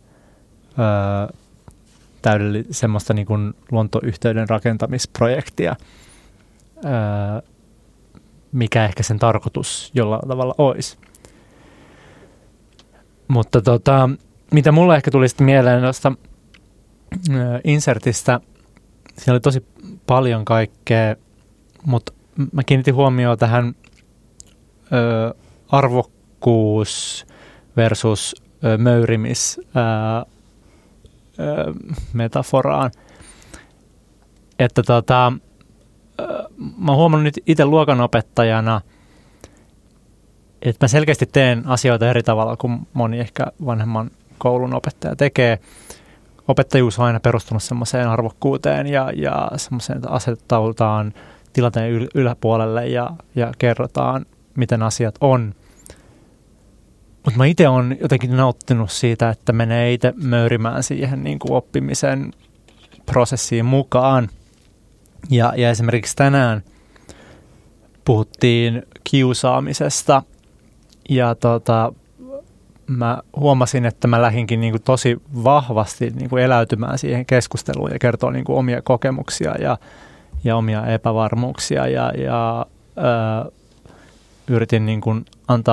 semmoista niin kuin luontoyhteyden rakentamisprojektia, mikä ehkä sen tarkoitus jollain tavalla olisi. Mutta mitä mulle ehkä tuli sitten mieleen tuosta insertistä, siellä oli tosi paljon kaikkea, mutta mä kiinnitin huomioon tähän arvokkuus versus möyrimis metaforaan. Että mä oon huomannut nyt itse luokanopettajana, että mä selkeästi teen asioita eri tavalla kuin moni ehkä vanhemman koulun opettaja tekee. Opettajuus on aina perustunut semmoiseen arvokkuuteen ja semmoiseen, että asettaudutaan tilanteen yläpuolelle ja kerrotaan, miten asiat on. Mutta mä itse olen jotenkin nauttinut siitä, että menee itse möyrimään siihen niin kuin oppimisen prosessiin mukaan. Ja esimerkiksi tänään puhuttiin kiusaamisesta ja mä huomasin, että mä lähdinkin niin kuin tosi vahvasti niin kuin eläytymään siihen keskusteluun ja kertoa niin kuin omia kokemuksia ja omia epävarmuuksia ja yritin niin kuin antaa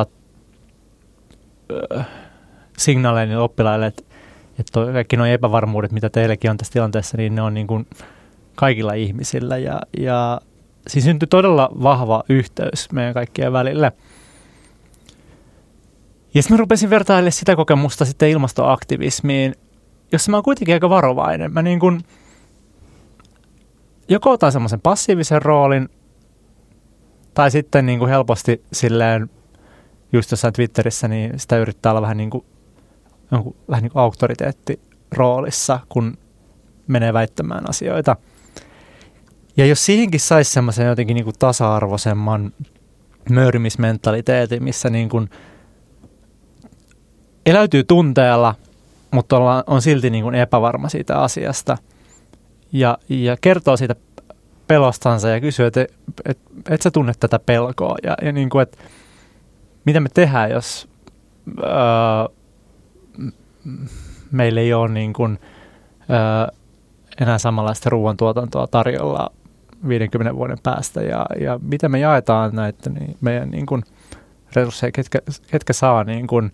signaaleja oppilaille, että kaikki nuo epävarmuudet, mitä teillekin on tässä tilanteessa, niin ne on niin kuin kaikilla ihmisillä ja siinä syntyi todella vahva yhteys meidän kaikkien välillä. Ja sitten mä rupesin vertailemaan sitä kokemusta sitten ilmastoaktivismiin, jossa mä oon kuitenkin aika varovainen. Mä niin kuin joko otan semmoisen passiivisen roolin, tai sitten niin kuin helposti silleen, just jossain Twitterissä, niin sitä yrittää olla vähän niin kuin auktoriteettiroolissa, kun menee väittämään asioita. Ja jos siihenkin saisi semmoisen jotenkin niin kuin tasa-arvoisemman möyrimismentaliteetin, missä niin kuin eläytyy tunteella, mutta on silti niin kuin epävarma siitä asiasta ja kertoo siitä pelostansa ja kysyy, että et sä tunne tätä pelkoa ja niin kuin, että mitä me tehdään, jos meillä ei ole niin kuin, enää samanlaista ruoantuotantoa tarjolla 50 vuoden päästä ja miten me jaetaan näitä niin meidän niin kuin resursseja, ketkä saa niin kuin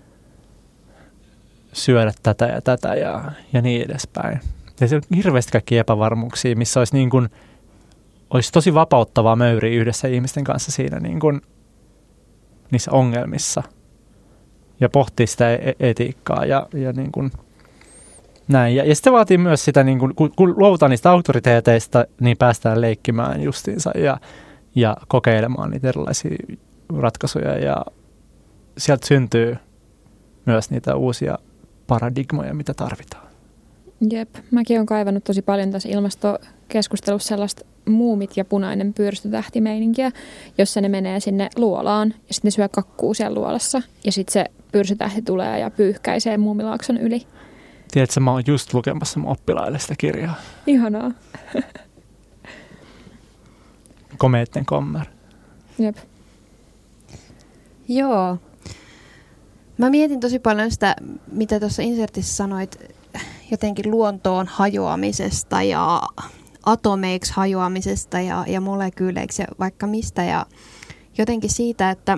syödä tätä ja tätä ja niin edespäin. Ja se on hirveästi kaikkia epävarmuuksia, missä olisi, niin kuin, olisi tosi vapauttavaa möyriä yhdessä ihmisten kanssa siinä niin kuin, niissä ongelmissa ja pohtia sitä etiikkaa ja niin kuin, näin. Ja sitten vaatii myös sitä, niin kun luovutaan niistä auktoriteeteista, niin päästään leikkimään justiinsa ja kokeilemaan niitä erilaisia ratkaisuja. Ja sieltä syntyy myös niitä uusia paradigmoja, mitä tarvitaan. Jep, mäkin olen kaivannut tosi paljon tässä ilmastokeskustelussa sellaista muumit ja punainen pyrstötähtimeininkiä, jossa ne menee sinne luolaan ja sitten ne syö kakkuu siellä luolassa. Ja sitten se pyrstötähti tulee ja pyyhkäisee muumilaakson yli. Tiedätkö, mä oon just lukemassa mun oppilaille sitä kirjaa. Ihanaa. Komeetten kommer. Jep. Joo. Mä mietin tosi paljon sitä, mitä tuossa insertissä sanoit, jotenkin luontoon hajoamisesta ja atomeiksi hajoamisesta ja molekyyleiksi ja vaikka mistä. Ja jotenkin siitä, että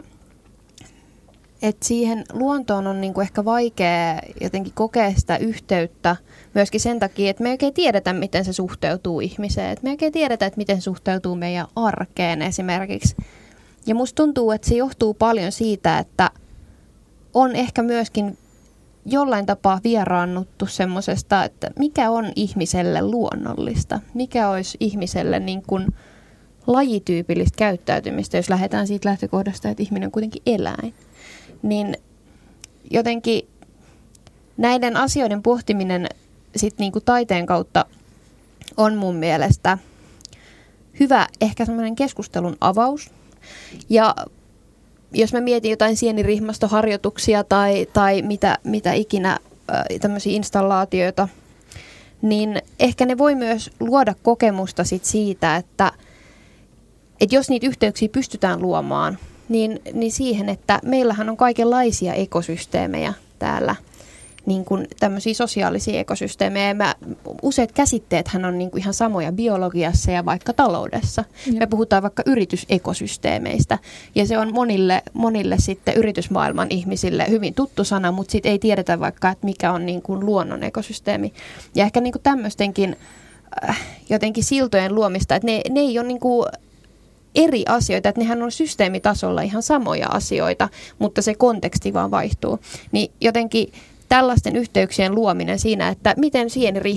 siihen luontoon on niinku ehkä vaikea jotenkin kokea sitä yhteyttä myöskin sen takia, että me ei oikein tiedetä, miten se suhteutuu ihmiseen. Et me ei oikein tiedetä, että miten se suhteutuu meidän arkeen esimerkiksi. Ja musta tuntuu, että se johtuu paljon siitä, että on ehkä myöskin jollain tapaa vieraannuttu semmoisesta, että mikä on ihmiselle luonnollista, mikä olisi ihmiselle niin kuin lajityypillistä käyttäytymistä, jos lähdetään siitä lähtökohdasta, että ihminen on kuitenkin eläin. Niin jotenkin näiden asioiden pohtiminen sit niin kuin taiteen kautta on mun mielestä hyvä ehkä semmoinen keskustelun avaus. Ja jos mä mietin jotain sienirihmastoharjoituksia tai mitä ikinä tämmöisiä installaatioita, niin ehkä ne voi myös luoda kokemusta siitä, että jos niitä yhteyksiä pystytään luomaan, niin siihen, että meillähän on kaikenlaisia ekosysteemejä täällä, niin kuin tämmöisiä sosiaalisia ekosysteemejä. Useat käsitteethän on niin kuin ihan samoja biologiassa ja vaikka taloudessa. Me puhutaan vaikka yritysekosysteemeistä, ja se on monille sitten yritysmaailman ihmisille hyvin tuttu sana, mutta sitten ei tiedetä vaikka, että mikä on niin kuin luonnon ekosysteemi. Ja ehkä niin kuin tämmöistenkin jotenkin siltojen luomista, että ne ei ole niin kuin eri asioita, että nehän on systeemitasolla ihan samoja asioita, mutta se konteksti vaan vaihtuu. Niin jotenkin tällaisten yhteyksien luominen siinä, että miten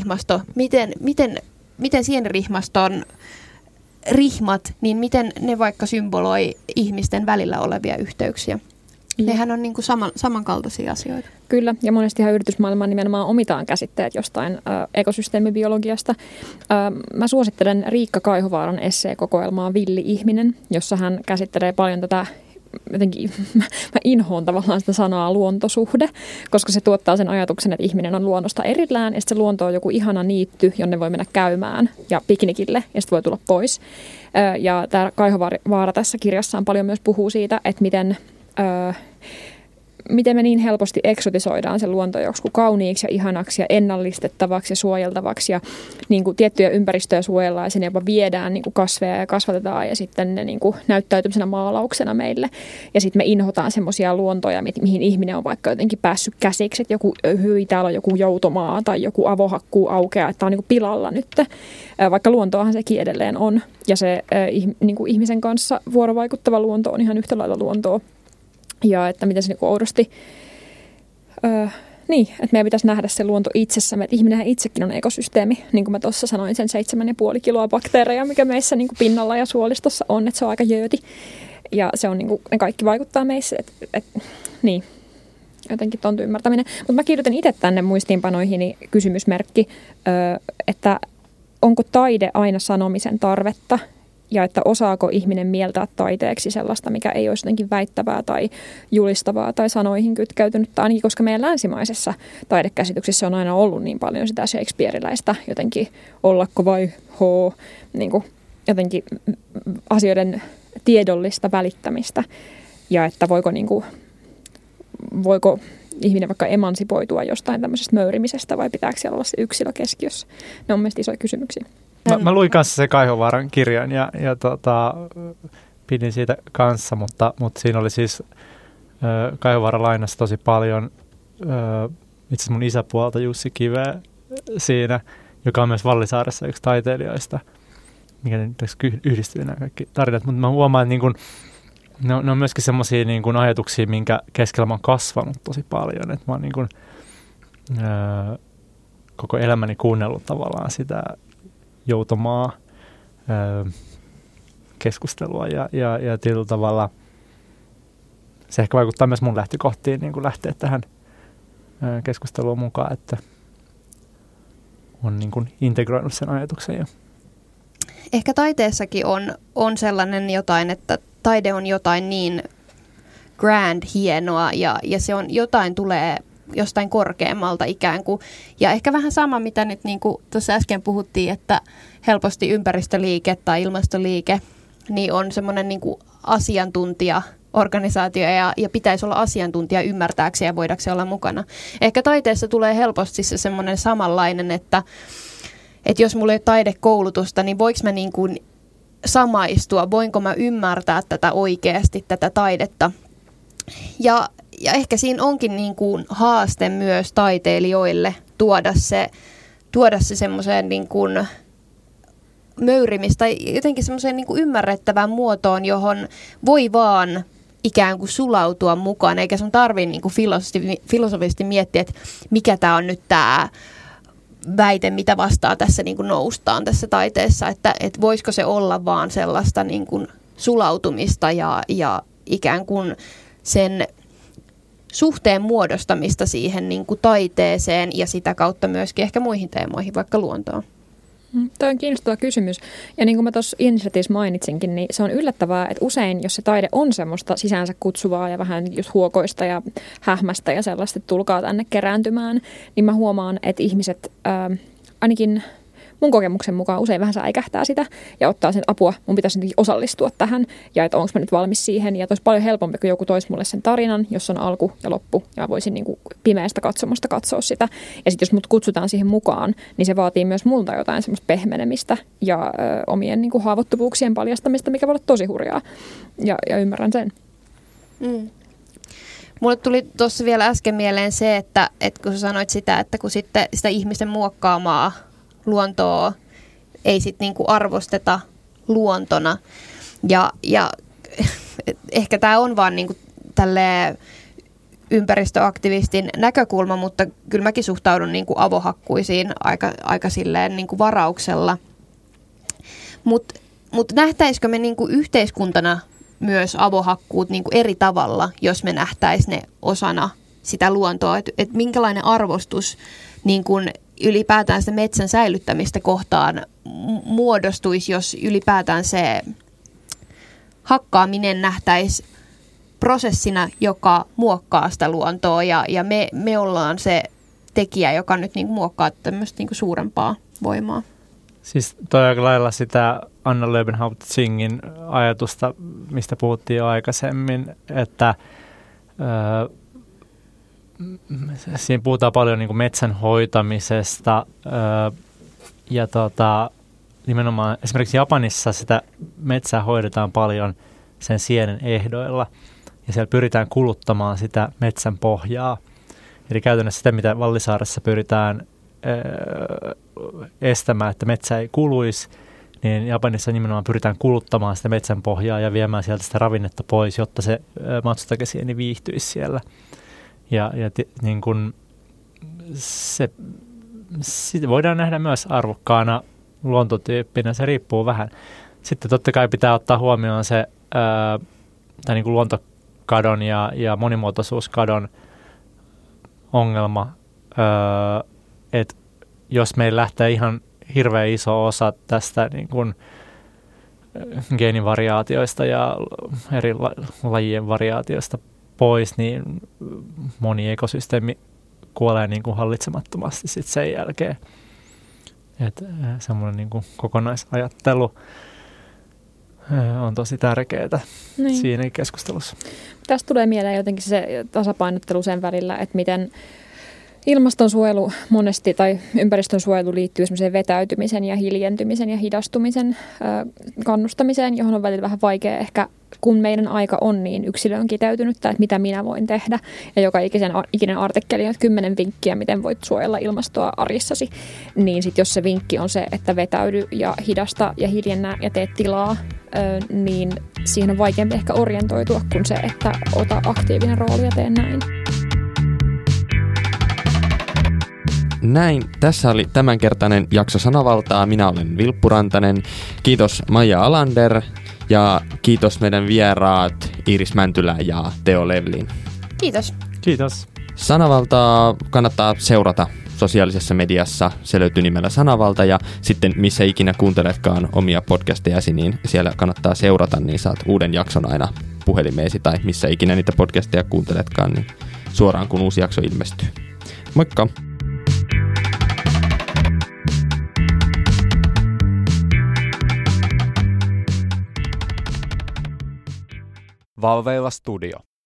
sienirihmaston rihmat, niin miten ne vaikka symboloi ihmisten välillä olevia yhteyksiä. Nehän on niin kuin samankaltaisia asioita. Kyllä, ja monestihan yritysmaailmaan nimenomaan omitaan käsitteet jostain ekosysteemibiologiasta. Mä suosittelen Riikka Kaihovaaran esseekokoelmaa Villi-ihminen, jossa hän käsittelee paljon tätä, jotenkin mä inhoon tavallaan sitä sanaa luontosuhde, koska se tuottaa sen ajatuksen, että ihminen on luonnosta erillään ja sitten se luonto on joku ihana niitty, jonne voi mennä käymään ja piknikille ja sitten voi tulla pois. Ja tämä Kaihovaara tässä kirjassaan paljon myös puhuu siitä, että miten me niin helposti eksotisoidaan se luonto joku kauniiksi ja ihanaksi ja ennallistettavaksi ja suojeltavaksi ja niin kuin tiettyjä ympäristöjä suojellaan ja sinne jopa viedään niin kuin kasveja ja kasvatetaan ja sitten ne niin kuin näyttäytymisenä maalauksena meille. Ja sitten me inhotaan semmoisia luontoja, mihin ihminen on vaikka jotenkin päässyt käsiksi, että täällä on joku joutomaa tai joku avohakkuu aukeaa, että tämä on niin kuin pilalla nyt, vaikka luontoahan sekin edelleen on. Ja se niin kuin ihmisen kanssa vuorovaikuttava luonto on ihan yhtä lailla luontoa. Ja että miten se niin oudosti, että meidän pitäisi nähdä se luonto itsessämme, että ihminenhän itsekin on ekosysteemi, niin kuin mä tuossa sanoin, sen 7,5 kiloa bakteereja, mikä meissä niin kuin pinnalla ja suolistossa on, että se on aika jööti. Ja se on, niin kuin, ne kaikki vaikuttaa meissä, niin, jotenkin tontu ymmärtäminen. Mutta mä kirjoitin itse tänne muistiinpanoihini kysymysmerkki, että onko taide aina sanomisen tarvetta? Ja että osaako ihminen mieltää taiteeksi sellaista, mikä ei olisi jotenkin väittävää tai julistavaa tai sanoihin kytkeytynyt. Ainakin koska meidän länsimaisessa taidekäsityksessä on aina ollut niin paljon sitä shakespeariläistä jotenkin ollako vai hoo, niin kuin jotenkin asioiden tiedollista välittämistä. Ja että voiko ihminen vaikka emansipoitua jostain tämmöisestä möyrimisestä vai pitääkö siellä olla se yksilö keskiössä? Ne on mielestäni isoja kysymyksiä. Mä luin kanssa se Kaihovaaran kirjan ja pidin siitä kanssa, mutta siinä oli siis Kaihovaara lainasi tosi paljon itse asiassa mun isäpuolta Jussi Kiveä siinä, joka on myös Vallisaaressa yksi taiteilijoista, mikä nyt yhdistyy nämä kaikki tarinat, mutta mä huomaan, että niin kun, ne on myöskin semmoisia niin kun ajatuksia, minkä keskellä mä oon kasvanut tosi paljon, että mä oon niin kun, koko elämäni kuunnellut tavallaan sitä joutomaa keskustelua ja tietyllä tavalla se ehkä vaikuttaa myös mun lähtökohtiin niin kuin lähteä tähän keskusteluun mukaan, että on niin kuin integroinut sen ajatuksen jo. Ehkä taiteessakin on sellainen jotain, että taide on jotain niin grand, hienoa ja se on jotain tulee jostain korkeammalta ikään kuin. Ja ehkä vähän sama, mitä nyt niin kuin tuossa äsken puhuttiin, että helposti ympäristöliike tai ilmastoliike niin on semmoinen niin kuin asiantuntijaorganisaatio ja pitäisi olla asiantuntija ymmärtääkseen ja voidakseen olla mukana. Ehkä taiteessa tulee helposti se semmoinen samanlainen, että jos mulla ei ole taidekoulutusta, niin voinko mä niin kuin samaistua, voinko mä ymmärtää tätä oikeasti, tätä taidetta. Ja ehkä siinä onkin niin kuin haaste myös taiteilijoille tuoda se semmoiseen niin kuin möyrimistä tai jotenkin semmoiseen niin kuin ymmärrettävään muotoon, johon voi vaan ikään kuin sulautua mukaan, eikä sun tarvitse niin kuin filosofisesti miettiä, että mikä tämä on nyt tämä väite, mitä vastaan tässä niin kuin noustaan tässä taiteessa, että voisiko se olla vaan sellaista niin kuin sulautumista ja ikään kuin sen suhteen muodostamista siihen niin kuin taiteeseen ja sitä kautta myöskin ehkä muihin teemoihin, vaikka luontoon. Tämä on kiinnostava kysymys. Ja niin kuin mä tuossa initiatiivissa mainitsinkin, niin se on yllättävää, että usein, jos se taide on semmoista sisäänsä kutsuvaa ja vähän just huokoista ja hähmästä ja sellaista, että tulkaa tänne kerääntymään, niin mä huomaan, että ihmiset ainakin mun kokemuksen mukaan usein vähän säikähtää sitä ja ottaa sen apua. Mun pitäisi osallistua tähän ja että onko mä nyt valmis siihen. Ja olisi paljon helpompi, kun joku toisi mulle sen tarinan, jossa on alku ja loppu. Ja mä voisin niin kuin pimeästä katsomosta katsoa sitä. Ja sitten jos mut kutsutaan siihen mukaan, niin se vaatii myös multa jotain semmoista pehmenemistä ja omien niin kuin haavoittuvuuksien paljastamista, mikä voi olla tosi hurjaa. Ja ymmärrän sen. Mulle tuli tuossa vielä äsken mieleen se, että kun sä sanoit sitä, että kun sitten sitä ihmisten muokkaamaa luontoa ei sitten niinku arvosteta luontona. Ja ehkä tämä on vaan niinku tälleen ympäristöaktivistin näkökulma, mutta kyllä mäkin suhtaudun niinku avohakkuisiin aika silleen niinku varauksella. Mut nähtäisikö me niinku yhteiskuntana myös avohakkuut niinku eri tavalla, jos me nähtäisiin ne osana sitä luontoa, että minkälainen arvostus niin kuin ylipäätään sitä metsän säilyttämistä kohtaan muodostuisi, jos ylipäätään se hakkaaminen nähtäisi prosessina, joka muokkaa sitä luontoa ja me ollaan se tekijä, joka nyt niin kuin muokkaa tämmöistä niin kuin suurempaa voimaa. Siis toi aika lailla sitä Anna Löwenhaupt-Zingin ajatusta, mistä puhuttiin jo aikaisemmin, että siinä puhutaan paljon niin kuin metsän hoitamisesta ja nimenomaan esimerkiksi Japanissa sitä metsää hoidetaan paljon sen sienen ehdoilla ja siellä pyritään kuluttamaan sitä metsän pohjaa. Eli käytännössä sitä, mitä Vallisaaressa pyritään estämään, että metsä ei kuluisi, niin Japanissa nimenomaan pyritään kuluttamaan sitä metsän pohjaa ja viemään sieltä sitä ravinnetta pois, jotta se matsutake-sieni viihtyisi siellä. Ja niin kun se voidaan nähdä myös arvokkaana luontotyyppinä, se riippuu vähän. Sitten totta kai pitää ottaa huomioon se niin kuin luontokadon ja monimuotoisuuskadon ongelma, että jos meillä lähtee ihan hirveän iso osa tästä niin kuin geenivariaatioista ja eri lajien variaatioista pois, niin moni ekosysteemi kuolee niin kuin hallitsemattomasti sit sen jälkeen. Että semmoinen niin kuin kokonaisajattelu on tosi tärkeää siinä keskustelussa. Tästä tulee mieleen jotenkin se tasapainottelu sen välillä, että miten ilmastonsuojelu monesti tai ympäristönsuojelu liittyy semmoiseen vetäytymisen ja hiljentymisen ja hidastumisen kannustamiseen, johon on välillä vähän vaikea ehkä, kun meidän aika on niin yksilöön kiteytynyttä, että mitä minä voin tehdä. Ja joka ikinen artikkeli on 10 vinkkiä, miten voit suojella ilmastoa arjessasi. Niin sitten jos se vinkki on se, että vetäydy ja hidasta ja hiljennä ja tee tilaa, niin siihen on vaikeampi ehkä orientoitua kuin se, että ota aktiivinen rooli ja tee näin. Näin, tässä oli tämänkertainen jakso Sanavaltaa. Minä olen Vilppu Rantanen. Kiitos Maija Alander ja kiitos meidän vieraat Iiris Mäntylä ja Teo Levlin. Kiitos. Kiitos. Sanavaltaa kannattaa seurata sosiaalisessa mediassa. Se löytyy nimellä Sanavalta ja sitten missä ikinä kuunteletkaan omia podcastejasi, niin siellä kannattaa seurata, niin saat uuden jakson aina puhelimeesi tai missä ikinä niitä podcasteja kuunteletkaan, niin suoraan kun uusi jakso ilmestyy. Moikka! Valveilla Studio.